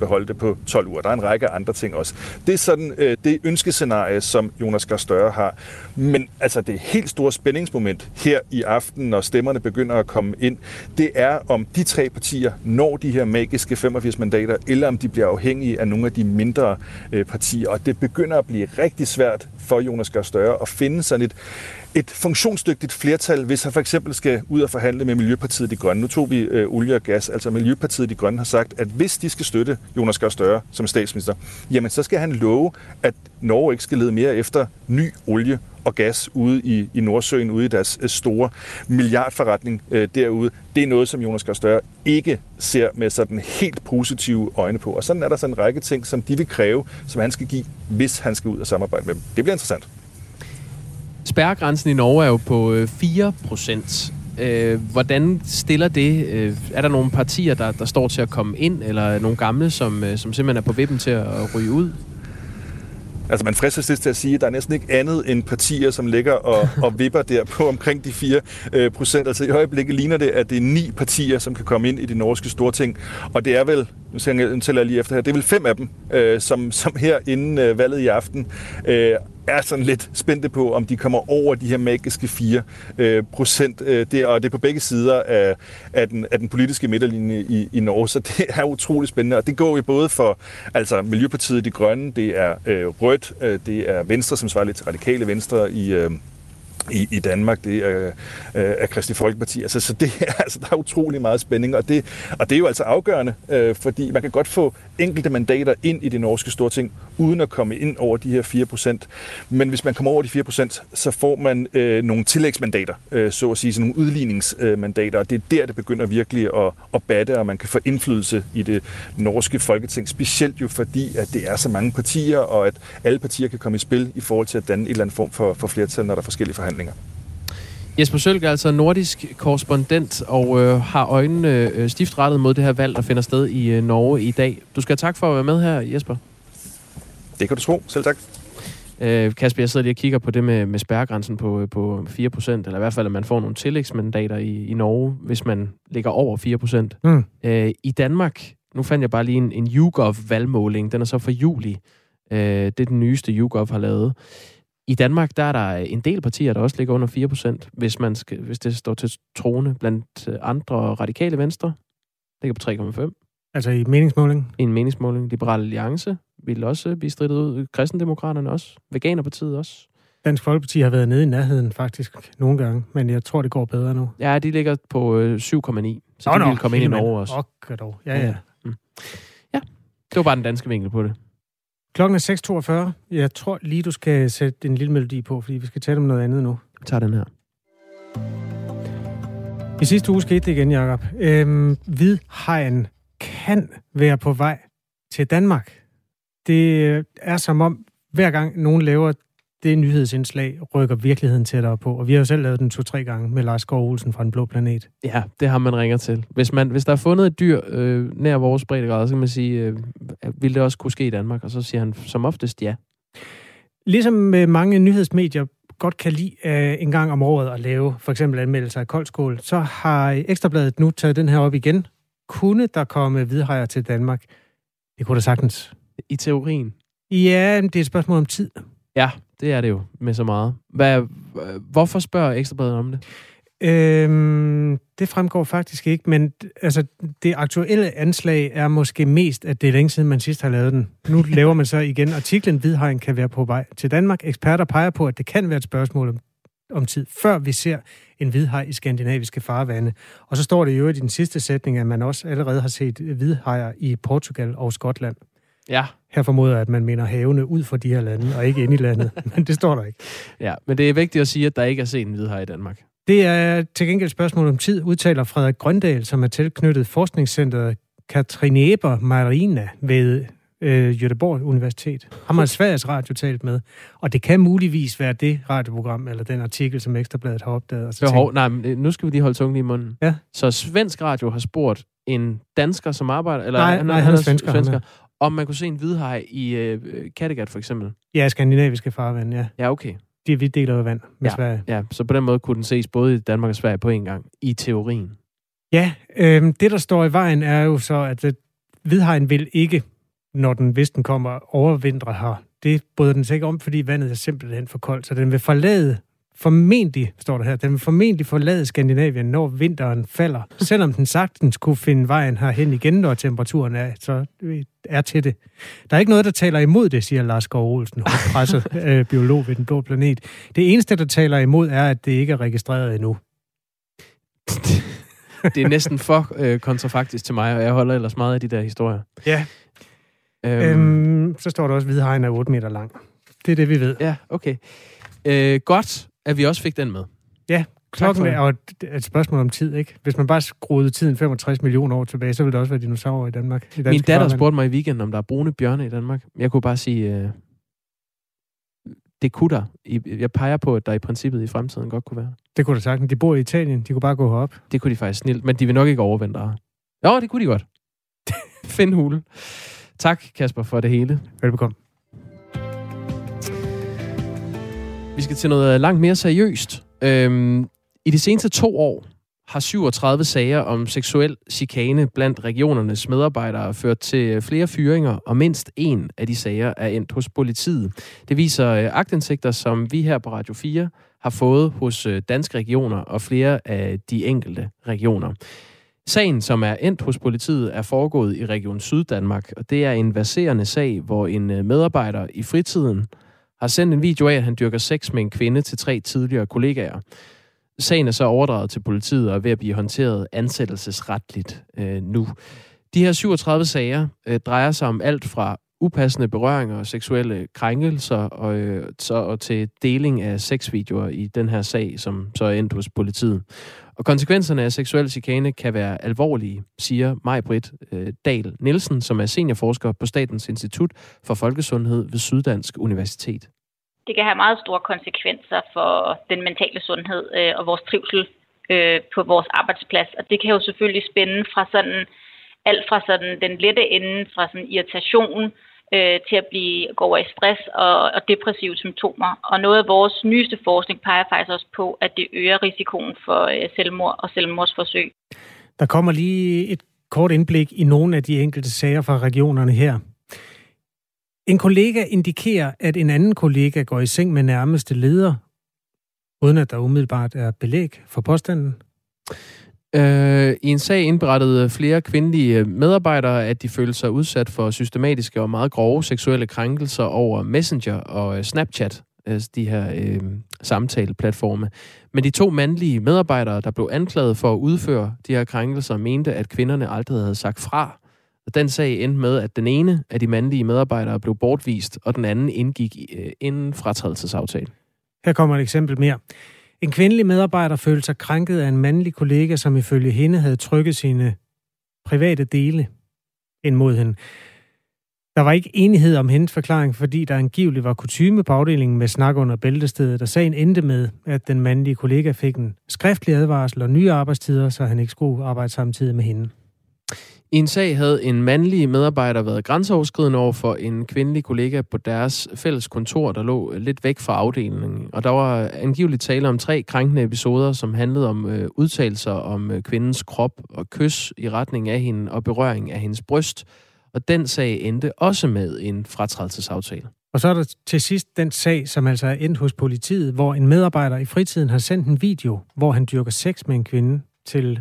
beholde det på 12 uger. Der er en række andre ting også. Det er sådan det ønskescenarie, som Jonas Gahr Støre har. Men altså det helt store spændingsmoment her i aften, når stemmerne begynder at komme ind, det er, om de tre partier når de her magiske 85 mandater, eller om de bliver afhængige af nogle af de mindre partier. Og det begynder at blive rigtig svært for Jonas Gahr Støre at finde sådan et funktionsdygtigt flertal, hvis han for eksempel skal ud og forhandle med Miljøpartiet De Grønne. Nu tog vi olie og gas. Altså Miljøpartiet De Grønne har sagt, at hvis de skal støtte Jonas Gahr Støre som statsminister, jamen så skal han love, at Norge ikke skal lede mere efter ny olie og gas ude i Nordsøen, ude i deres store milliardforretning derude. Det er noget, som Jonas Gahr Støre ikke ser med sådan helt positive øjne på. Og sådan er der sådan en række ting, som de vil kræve, som han skal give, hvis han skal ud og samarbejde med dem. Det bliver interessant. Spærregrænsen i Norge er jo på 4%. Hvordan stiller det? Er der nogle partier, der står til at komme ind, eller nogle gamle, som simpelthen er på vippen til at ryge ud? Altså man fristes til at sige, at der er næsten ikke andet end partier, som ligger og vipper der på omkring de 4%. Altså i øjeblikket ligner det, at det er 9 partier, som kan komme ind i det norske storting. Og det er vel, nu tæller jeg lige efter her, det er vel 5 af dem, som her inden valget i aften er sådan lidt spændte på, om de kommer over de her magiske 4%. Og det er på begge sider af den politiske midterlinje i Norge, så det er utrolig spændende. Og det går jo både for altså Miljøpartiet De Grønne, det er Rødt, det er Venstre, som svarer lidt til Radikale Venstre i Danmark, det er Kristeligt Folkeparti. Altså, så det er, altså, der er utrolig meget spænding, og det er jo altså afgørende, fordi man kan godt få enkelte mandater ind i det norske storting, uden at komme ind over de her 4%. Men hvis man kommer over de 4%, så får man nogle tillægsmandater, så at sige, sådan nogle udligningsmandater, og det er der, det begynder virkelig at batte, og man kan få indflydelse i det norske folketing, specielt jo fordi, at det er så mange partier, og at alle partier kan komme i spil i forhold til at danne en eller anden form for flertal, når der er forskellige forhandlinger. Jesper Sølk er altså nordisk korrespondent og har øjnene stift rettet mod det her valg, der finder sted i Norge i dag. Du skal have tak for at være med her, Jesper. Det kan du tro. Selv tak. Kasper, jeg sidder lige og kigger på det med spærregrænsen på 4%, eller i hvert fald, at man får nogle tillægsmandater i Norge, hvis man ligger over 4%. I Danmark, nu fandt jeg bare lige en YouGov-valgmåling, den er så for juli. Det er den nyeste, YouGov har lavet. I Danmark, der er der en del partier, der også ligger under 4%, hvis det står til troende. Blandt andre Radikale Venstre ligger på 3,5. Altså i meningsmåling? I en meningsmåling. Liberale Alliance vil også blive strittet ud. Kristendemokraterne også. Veganerpartiet også. Dansk Folkeparti har været nede i nærheden faktisk nogle gange, men jeg tror, det går bedre nu. Ja, de ligger på 7,9. Så de vil komme ind i Norge også. Ja. Ja, det var bare den danske vinkel på det. Klokken er 6.42. Jeg tror lige, du skal sætte en lille melodi på, fordi vi skal tale om noget andet nu. Jeg tager den her. I sidste uge skete det igen, Jacob. Hvidhajen kan være på vej til Danmark. Det er som om, hver gang nogen laver det nyhedsindslag, rykker virkeligheden tættere på. Og vi har jo selv lavet den 2-3 gange med Lars Skov Olsen fra Den Blå Planet. Ja, det har man ringer til. Hvis der er fundet et dyr nær vores breddegrad, så kan man sige, vil det også kunne ske i Danmark? Og så siger han som oftest ja. Ligesom mange nyhedsmedier godt kan lide en gang om året at lave for eksempel anmeldelser af koldskål, så har Ekstrabladet nu taget den her op igen. Kunne der komme hvidhajer til Danmark? Det kunne der sagtens. I teorien? Ja, det er et spørgsmål om tid. Ja, det er det jo med så meget. Hvorfor spørger Ekstrabladet om det? Det fremgår faktisk ikke, men altså, det aktuelle anslag er måske mest, at det er længe siden, man sidst har lavet den. Nu laver man så igen artiklen, hvidhajen kan være på vej til Danmark. Eksperter peger på, at det kan være et spørgsmål om tid, før vi ser en hvidhaj i skandinaviske farvande. Og så står det jo i den sidste sætning, at man også allerede har set hvidhajer i Portugal og Skotland. Ja. Her formoder at man mener havene ud for de her lande, og ikke ind i landet. Men det står der ikke. Ja, men det er vigtigt at sige, at der ikke er set en hvidhaj i Danmark. Det er til gengæld et spørgsmål om tid, udtaler Frederik Grøndal, som er tilknyttet forskningscenteret Katrineber Marina ved Göteborg Universitet. Har man Sveriges Radio talt med, og det kan muligvis være det radioprogram, eller den artikel, som Ekstrabladet har opdaget. Nej, nu skal vi lige holde tungen i munden. Ja. Så Svensk Radio har spurgt en dansker, som arbejder, eller nej, han er svensker, om man kunne se en hvidhaj i Kattegat for eksempel. Ja, skandinaviske farvand, ja. Ja, okay. Vi deler jo vand med Sverige. Ja, så på den måde kunne den ses både i Danmark og Sverige på en gang, i teorien. Ja, det der står i vejen er jo så, at hvidhajen vil ikke når hvis den kommer overvintre her. Det bryder den sig ikke om, fordi vandet er simpelthen for koldt, så den vil formentlig forlade Skandinavien, når vinteren falder. Selvom den sagtens kunne finde vejen herhen igen, når temperaturen er til det. Der er ikke noget, der taler imod det, siger Lars Skov Olsen, presset biolog ved Den Blå Planet. Det eneste, der taler imod, er, at det ikke er registreret endnu. Det er næsten for kontrafaktisk til mig, og jeg holder ellers meget af de der historier. Ja. Så står der også, at hvidhajen er 8 meter lang. Det er det, vi ved. Ja, okay. Godt, at vi også fik den med. Ja, klokken er et spørgsmål om tid, ikke? Hvis man bare skruede tiden 65 millioner år tilbage, så ville der også være dinosaurer i Danmark. Min datter spurgte mig i weekenden, om der er brune bjørne i Danmark. Jeg kunne bare sige, det kunne der. Jeg peger på, at der i princippet i fremtiden godt kunne være. Det kunne der sagtens. De bor i Italien. De kunne bare gå herop. Det kunne de faktisk snilt, men de vil nok ikke overvintre. Jo, det kunne de godt. Find hule. Tak, Kasper, for det hele. Velbekomme. Vi skal til noget langt mere seriøst. I de seneste 2 år har 37 sager om seksuel chikane blandt regionernes medarbejdere ført til flere fyringer, og mindst en af de sager er endt hos politiet. Det viser aktindsigter, som vi her på Radio 4 har fået hos Danske Regioner og flere af de enkelte regioner. Sagen, som er endt hos politiet, er foregået i Region Syddanmark, og det er en verserende sag, hvor en medarbejder i fritiden har sendt en video af, at han dyrker sex med en kvinde til 3 tidligere kollegaer. Sagen er så overdraget til politiet og er ved at blive håndteret ansættelsesretligt nu. De her 37 sager drejer sig om alt fra upassende berøringer og seksuelle krænkelser og til deling af sexvideoer i den her sag, som så er endt hos politiet. Og konsekvenserne af seksuel chikane kan være alvorlige, siger Maj-Britt Dahl Nielsen, som er seniorforsker på Statens Institut for Folkesundhed ved Syddansk Universitet. Det kan have meget store konsekvenser for den mentale sundhed og vores trivsel på vores arbejdsplads. Og det kan jo selvfølgelig spænde fra sådan alt fra sådan den lette ende, fra sådan irritation til at gå over i stress og depressive symptomer. Og noget af vores nyeste forskning peger faktisk også på, at det øger risikoen for selvmord og selvmordsforsøg. Der kommer lige et kort indblik i nogle af de enkelte sager fra regionerne her. En kollega indikerer, at en anden kollega går i seng med nærmeste leder, uden at der umiddelbart er belæg for påstanden. I en sag indberettede flere kvindelige medarbejdere, at de følte sig udsat for systematiske og meget grove seksuelle krænkelser over Messenger og Snapchat, altså de her samtaleplatforme. Men de 2 mandlige medarbejdere, der blev anklaget for at udføre de her krænkelser, mente, at kvinderne aldrig havde sagt fra. Og den sag endte med, at den ene af de mandlige medarbejdere blev bortvist, og den anden indgik en fratrædelsesaftale. Her kommer et eksempel mere. En kvindelig medarbejder følte sig krænket af en mandlig kollega, som ifølge hende havde trykket sine private dele ind mod hende. Der var ikke enighed om hendes forklaring, fordi der angiveligt var kutyme på afdelingen med snak under bæltestedet, og sagen endte med, at den mandlige kollega fik en skriftlig advarsel og nye arbejdstider, så han ikke skulle arbejde samtidig med hende. I en sag havde en mandlig medarbejder været grænseoverskridende over for en kvindelig kollega på deres fælles kontor, der lå lidt væk fra afdelingen. Og der var angiveligt tale om 3 krænkende episoder, som handlede om udtalelser om kvindens krop og kys i retning af hende og berøring af hendes bryst. Og den sag endte også med en fratrædelsesaftale. Og så er der til sidst den sag, som altså er endt hos politiet, hvor en medarbejder i fritiden har sendt en video, hvor han dyrker sex med en kvinde til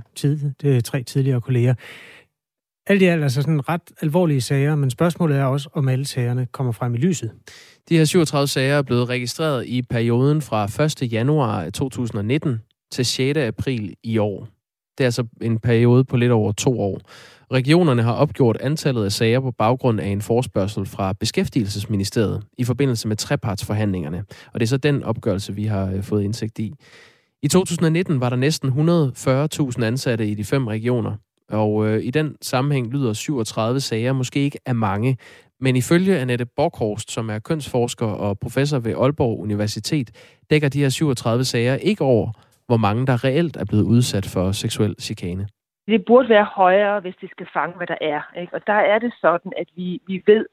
3 tidligere kolleger. Alt i alt altså sådan ret alvorlige sager, men spørgsmålet er også, om alle sagerne kommer frem i lyset. De her 37 sager er blevet registreret i perioden fra 1. januar 2019 til 6. april i år. Det er altså en periode på lidt over 2 år. Regionerne har opgjort antallet af sager på baggrund af en forespørgsel fra Beskæftigelsesministeriet i forbindelse med trepartsforhandlingerne. Og det er så den opgørelse, vi har fået indsigt i. I 2019 var der næsten 140.000 ansatte i de 5 regioner. Og i den sammenhæng lyder 37 sager måske ikke af mange, men ifølge Annette Borkhorst, som er kønsforsker og professor ved Aalborg Universitet, dækker de her 37 sager ikke over, hvor mange der reelt er blevet udsat for seksuel chikane. Det burde være højere, hvis det skal fange, hvad der er. Ikke? Og der er det sådan, at vi ved,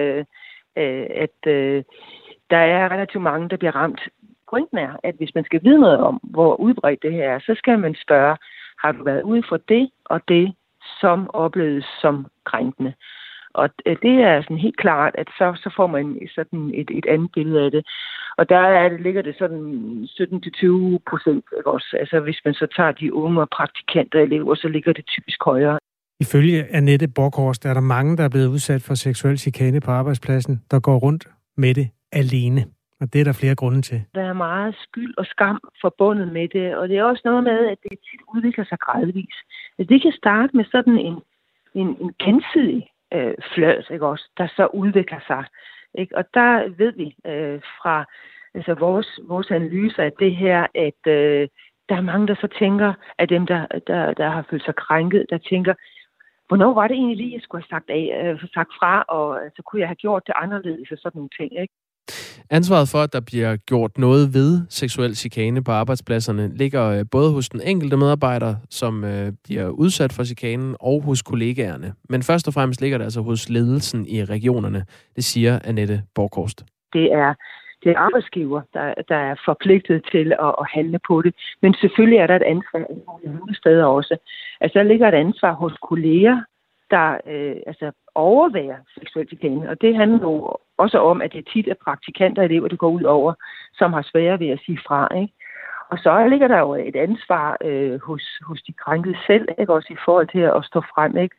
at der er relativt mange, der bliver ramt. Pointen er, at hvis man skal vide noget om, hvor udbredt det her er, så skal man spørge, har du været ude for det og det, som opleves som krænkende? Og det er sådan helt klart, at så får man sådan et andet billede af det. Og der ligger det sådan 17-20%. Også. Altså hvis man så tager de unge og praktikanter elever, så ligger det typisk højere. Ifølge Annette Borkhorst er der mange, der er blevet udsat for seksuel chikane på arbejdspladsen, der går rundt med det alene. Og det er der flere grunde til. Der er meget skyld og skam forbundet med det, og det er også noget med, at det tit udvikler sig gradvis. Det kan starte med sådan en gensidig flirt, ikke også, der så udvikler sig. Ikke? Og der ved vi fra vores analyser af det her, at der er mange, der så tænker, at dem, der har følt sig krænket, der tænker, hvornår var det egentlig lige, jeg skulle have sagt fra, og så kunne jeg have gjort det anderledes og sådan nogle ting, ikke? Ansvaret for, at der bliver gjort noget ved seksuel chikane på arbejdspladserne, ligger både hos den enkelte medarbejder, som bliver udsat for chikanen, og hos kollegaerne. Men først og fremmest ligger det altså hos ledelsen i regionerne. Det siger Annette Borkhorst. Det er arbejdsgiver, der er forpligtet til at handle på det. Men selvfølgelig er der et ansvar nogle steder også. Altså, der ligger et ansvar hos kolleger, der overværer seksuel chikane. Og det handler jo også om, at det tit er praktikanter og elever, det går ud over, som har svære ved at sige fra. Ikke? Og så ligger der jo et ansvar hos de krænkede selv, ikke? Også i forhold til at stå frem. Ikke?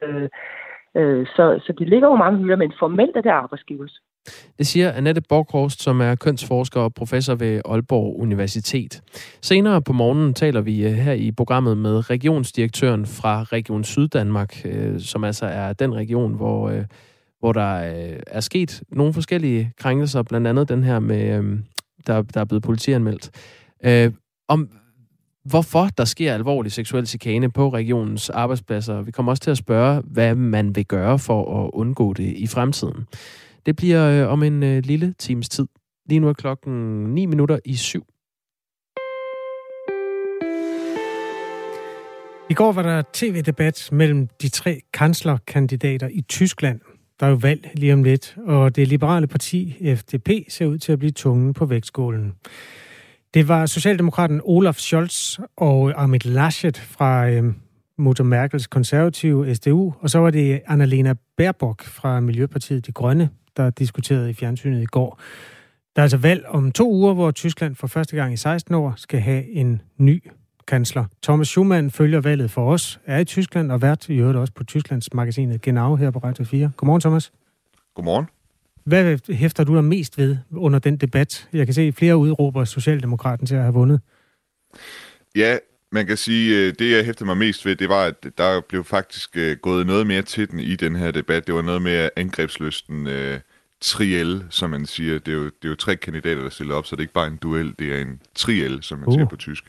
Så det ligger jo mange hylder, men formelt er det arbejdsgivers. Det siger Annette Borkhorst, som er kønsforsker og professor ved Aalborg Universitet. Senere på morgenen taler vi her i programmet med regionsdirektøren fra Region Syddanmark, som altså er den region, hvor der er sket nogle forskellige krænkelser, blandt andet den her med, der er blevet politianmeldt. Om hvorfor der sker alvorlig seksuel chikane på regionens arbejdspladser. Vi kommer også til at spørge, hvad man vil gøre for at undgå det i fremtiden. Det bliver om en lille times tid. Lige nu er klokken 7:09. I går var der tv-debat mellem de 3 kanslerkandidater i Tyskland. Der er jo valg lige om lidt, og det liberale parti FDP ser ud til at blive tungen på vægtskålen. Det var socialdemokraten Olaf Scholz og Armin Laschet fra Mutter Merkels konservative SDU, og så var det Annalena Baerbock fra Miljøpartiet De Grønne, der diskuterede i fjernsynet i går. Der er altså valg om 2 uger, hvor Tyskland for første gang i 16 år skal have en ny kansler. Thomas Schumann følger valget for os, er i Tyskland og vært i øvrigt også på Tysklands magasinet Genau her på Radio 4. Godmorgen, Thomas. Godmorgen. Hvad hæfter du dig mest ved under den debat? Jeg kan se, at flere udråber Socialdemokraten til at have vundet. Ja, man kan sige, det jeg hæftede mig mest ved, det var, at der blev faktisk gået noget mere til den i den her debat. Det var noget mere angrebslysten triel, som man siger. Det er jo 3 kandidater, der stiller op, så det er ikke bare en duel, det er en triel, som man siger på tysk.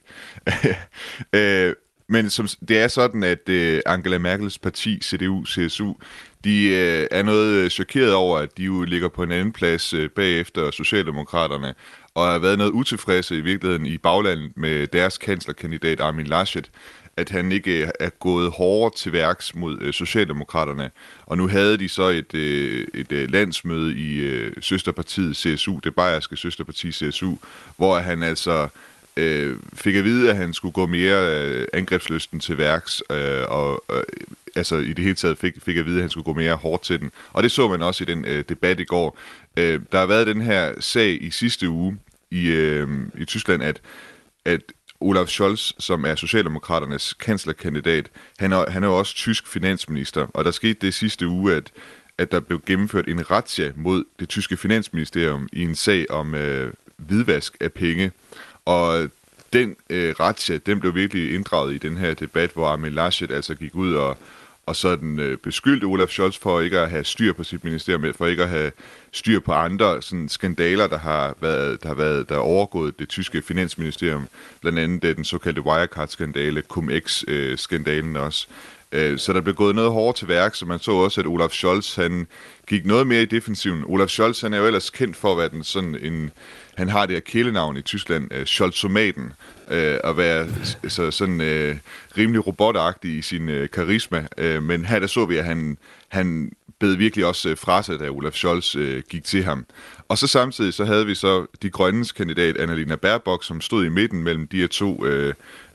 Men det er sådan, at Angela Merkels parti, CDU-CSU, de er noget chokeret over, at de jo ligger på en anden plads bagefter Socialdemokraterne, og har været noget utilfredse i virkeligheden i baglandet med deres kanslerkandidat Armin Laschet, at han ikke er gået hårdere til værks mod Socialdemokraterne. Og nu havde de så et landsmøde i søsterpartiet CSU, det bayerske søsterparti CSU, hvor han altså fik at vide, at han skulle gå mere angrebslysten til værks, altså i det hele taget fik at vide, at han skulle gå mere hårdt til den. Og det så man også i den debat i går. Der har været den her sag i sidste uge i Tyskland, at Olaf Scholz, som er Socialdemokraternes kanslerkandidat, han er jo også tysk finansminister, og der skete det sidste uge, at der blev gennemført en razzia mod det tyske finansministerium i en sag om hvidvask af penge. Og den razzia, den blev virkelig inddraget i den her debat, hvor Armin Laschet altså gik ud og sådan beskyldte Olaf Scholz for ikke at have styr på sit ministerium, for ikke at have styr på andre sådan skandaler, der har overgået det tyske finansministerium, blandt andet den såkaldte Wirecard-skandale, Cum-Ex-skandalen også. Så der blev gået noget hårdt til værk, så man så også, at Olaf Scholz, han gik noget mere i defensiven. Olaf Scholz, han er jo ellers kendt for at være han har det her kælenavn i Tyskland, Scholzomaten, at være sådan rimelig robotagtig i sin karisma. Men her der så vi, at han bed virkelig også fra sig, da Olaf Scholz gik til ham. Og så samtidig så havde vi så de grønnes kandidat, Annalena Baerbock, som stod i midten mellem de her 2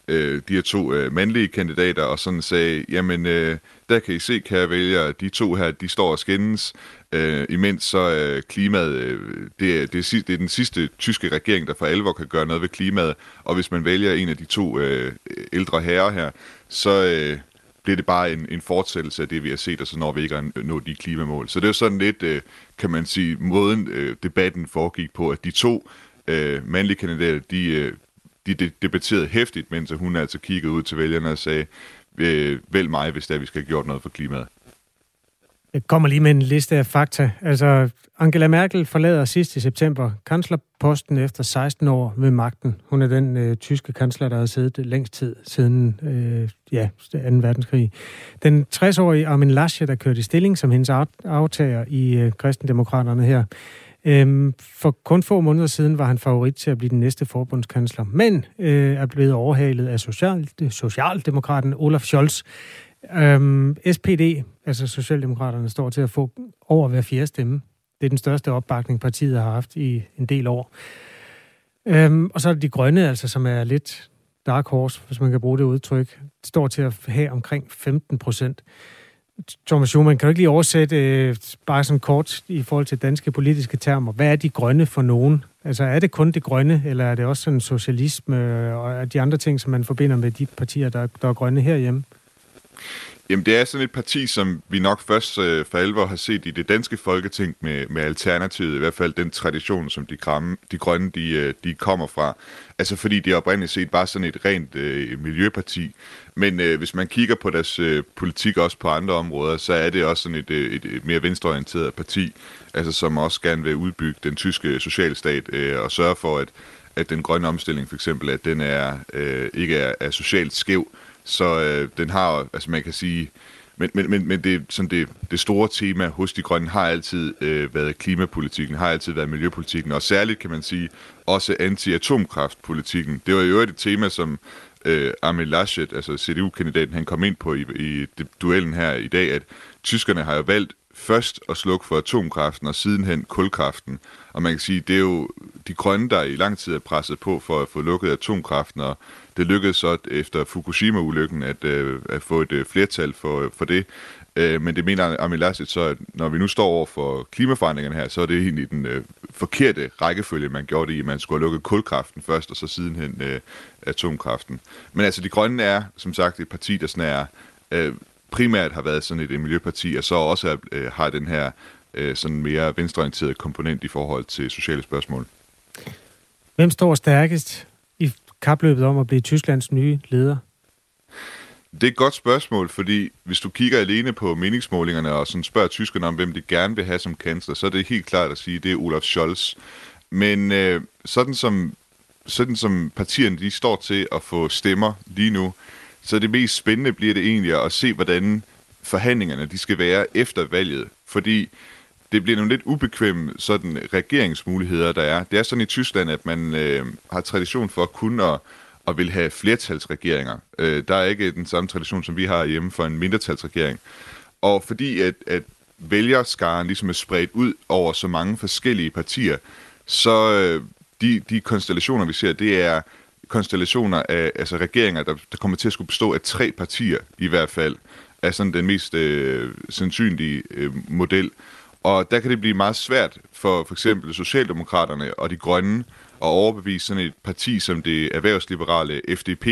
de her to mandlige kandidater, og sådan sagde, jamen, der kan I se, kære vælgere, de to her, de står og skændes, imens så klimaet, det er den sidste tyske regering, der for alvor kan gøre noget ved klimaet, og hvis man vælger en af de to ældre herrer her, så bliver det bare en fortsættelse af det, vi har set, og så når vi ikke at nå de klimamål. Så det er jo sådan lidt, kan man sige, måden debatten foregik på, at de to mandlige kandidater, de debatterede hæftigt, mens hun altså kiggede ud til vælgerne og sagde, vælg mig, hvis vi skal have gjort noget for klimaet. Jeg kommer lige med en liste af fakta. Altså, Angela Merkel forlader sidst i september kanslerposten efter 16 år ved magten. Hun er den tyske kansler, der har siddet længst tid siden 2. verdenskrig. Den 60-årige Armin Laschet, der kørte i stilling som hendes aftager i Kristendemokraterne her. For kun få måneder siden var han favorit til at blive den næste forbundskansler, men er blevet overhalet af socialdemokraten Olaf Scholz. SPD, altså Socialdemokraterne, står til at få over hver 4. stemme. Det er den største opbakning, partiet har haft i en del år. Og så er det de grønne, altså, som er lidt dark horse, hvis man kan bruge det udtryk, står til at have omkring 15%. Thomas Schumann, kan du ikke lige oversætte bare sådan kort i forhold til danske politiske termer? Hvad er de grønne for nogen? Altså er det kun det grønne, eller er det også sådan socialisme og de andre ting, som man forbinder med de partier, der er grønne herhjemme? Jamen, det er sådan et parti, som vi nok først for alvor har set i det danske folketing med Alternativet, i hvert fald den tradition, som de grønne de kommer fra. Altså fordi de er oprindeligt set bare sådan et rent miljøparti. Men hvis man kigger på deres politik også på andre områder, så er det også sådan et mere venstreorienteret parti, altså som også gerne vil udbygge den tyske socialstat og sørge for, at den grønne omstilling for eksempel, at den ikke er socialt skæv. Så den har, altså man kan sige, men det, sådan det store tema hos de grønne har altid været klimapolitikken, har altid været miljøpolitikken, og særligt kan man sige også anti-atomkraftpolitikken. Det var jo et tema, som Armin Laschet, altså CDU-kandidaten, han kom ind på i duellen her i dag, at tyskerne har jo valgt først at slukke for atomkraften og sidenhen kulkraften. Og man kan sige, det er jo de grønne, der i lang tid er presset på for at få lukket atomkraften, og det lykkedes så efter Fukushima-ulykken at få et flertal for det. Men det mener Armin Laschet så, at når vi nu står over for klimaforandringerne her, så er det egentlig den forkerte rækkefølge, man gjorde det i. Man skulle have lukket kulkraften først, og så sidenhen atomkraften. Men altså, de grønne er, som sagt, et parti, der sådan primært har været sådan et miljøparti, og så også har den her sådan mere venstreorienterede komponent i forhold til sociale spørgsmål. Hvem står stærkest i kapløbet om at blive Tysklands nye leder? Det er et godt spørgsmål, fordi hvis du kigger alene på meningsmålingerne og sådan spørger tyskerne om, hvem de gerne vil have som kansler, så er det helt klart at sige, at det er Olaf Scholz. Men sådan som partierne de står til at få stemmer lige nu, så det mest spændende bliver det egentlig at se, hvordan forhandlingerne de skal være efter valget. Fordi det bliver nogle lidt ubekvemme sådan regeringsmuligheder, der er. Det er sådan i Tyskland, at man har tradition for kun at vil have flertalsregeringer. Der er ikke den samme tradition, som vi har hjemme for en mindretalsregering. Og fordi at vælgerskaren ligesom er spredt ud over så mange forskellige partier, så de konstellationer, vi ser, det er konstellationer af altså regeringer, der kommer til at skulle bestå af 3 partier i hvert fald, er sådan den mest sandsynlige model. Og der kan det blive meget svært for eksempel Socialdemokraterne og de grønne at overbevise sådan et parti som det erhvervsliberale FDP,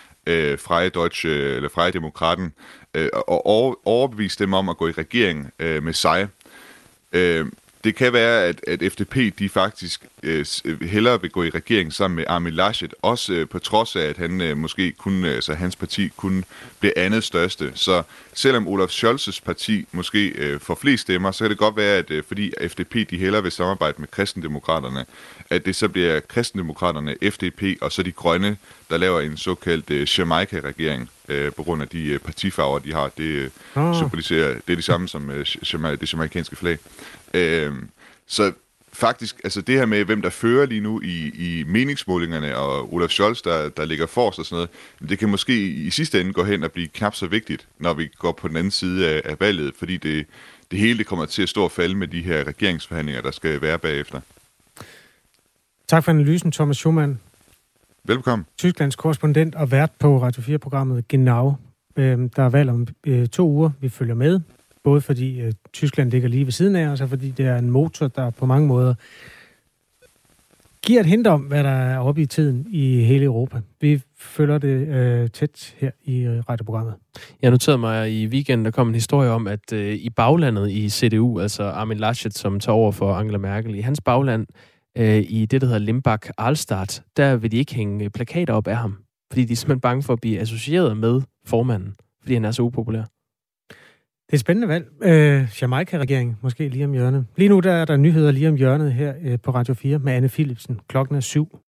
Freie Demokraten, og overbevise dem om at gå i regering med sig. Det kan være, at FDP de faktisk hellere vil gå i regering sammen med Armin Laschet, også på trods af, at han måske altså hans parti kun bliver andet største. Så selvom Olaf Scholz's parti måske får flest stemmer, så kan det godt være, at fordi FDP de hellere vil samarbejde med Kristendemokraterne, at det så bliver Kristendemokraterne, FDP og så de grønne, der laver en såkaldt Jamaica-regering på grund af de partifarver, de har. Det symboliserer, det er det samme som det jamaikanske flag. Så faktisk, altså det her med, hvem der fører lige nu i meningsmålingerne, og Olaf Scholz, der ligger forrest og sådan noget, det kan måske i sidste ende gå hen og blive knap så vigtigt, når vi går på den anden side af valget, fordi det hele det kommer til at stå og falde med de her regeringsforhandlinger, der skal være bagefter. Tak for analysen, Thomas Schumann. Velkommen. Tysklands korrespondent og vært på Radio 4-programmet Genau. Der er valg om 2 uger, vi følger med. Både fordi Tyskland ligger lige ved siden af os, og fordi det er en motor, der på mange måder giver et hint om, hvad der er oppe i tiden i hele Europa. Vi følger det tæt her i radioprogrammet. Jeg noterede mig i weekenden, der kom en historie om, at i baglandet i CDU, altså Armin Laschet, som tager over for Angela Merkel, i hans bagland, i det, der hedder Limbach-Arlstadt, der vil de ikke hænge plakater op af ham, fordi de er simpelthen bange for at blive associeret med formanden, fordi han er så upopulær. Det er et spændende valg. Jamaica-regeringen måske lige om hjørnet. Lige nu der er der nyheder lige om hjørnet her på Radio 4 med Anne Philipsen. Klokken er 7.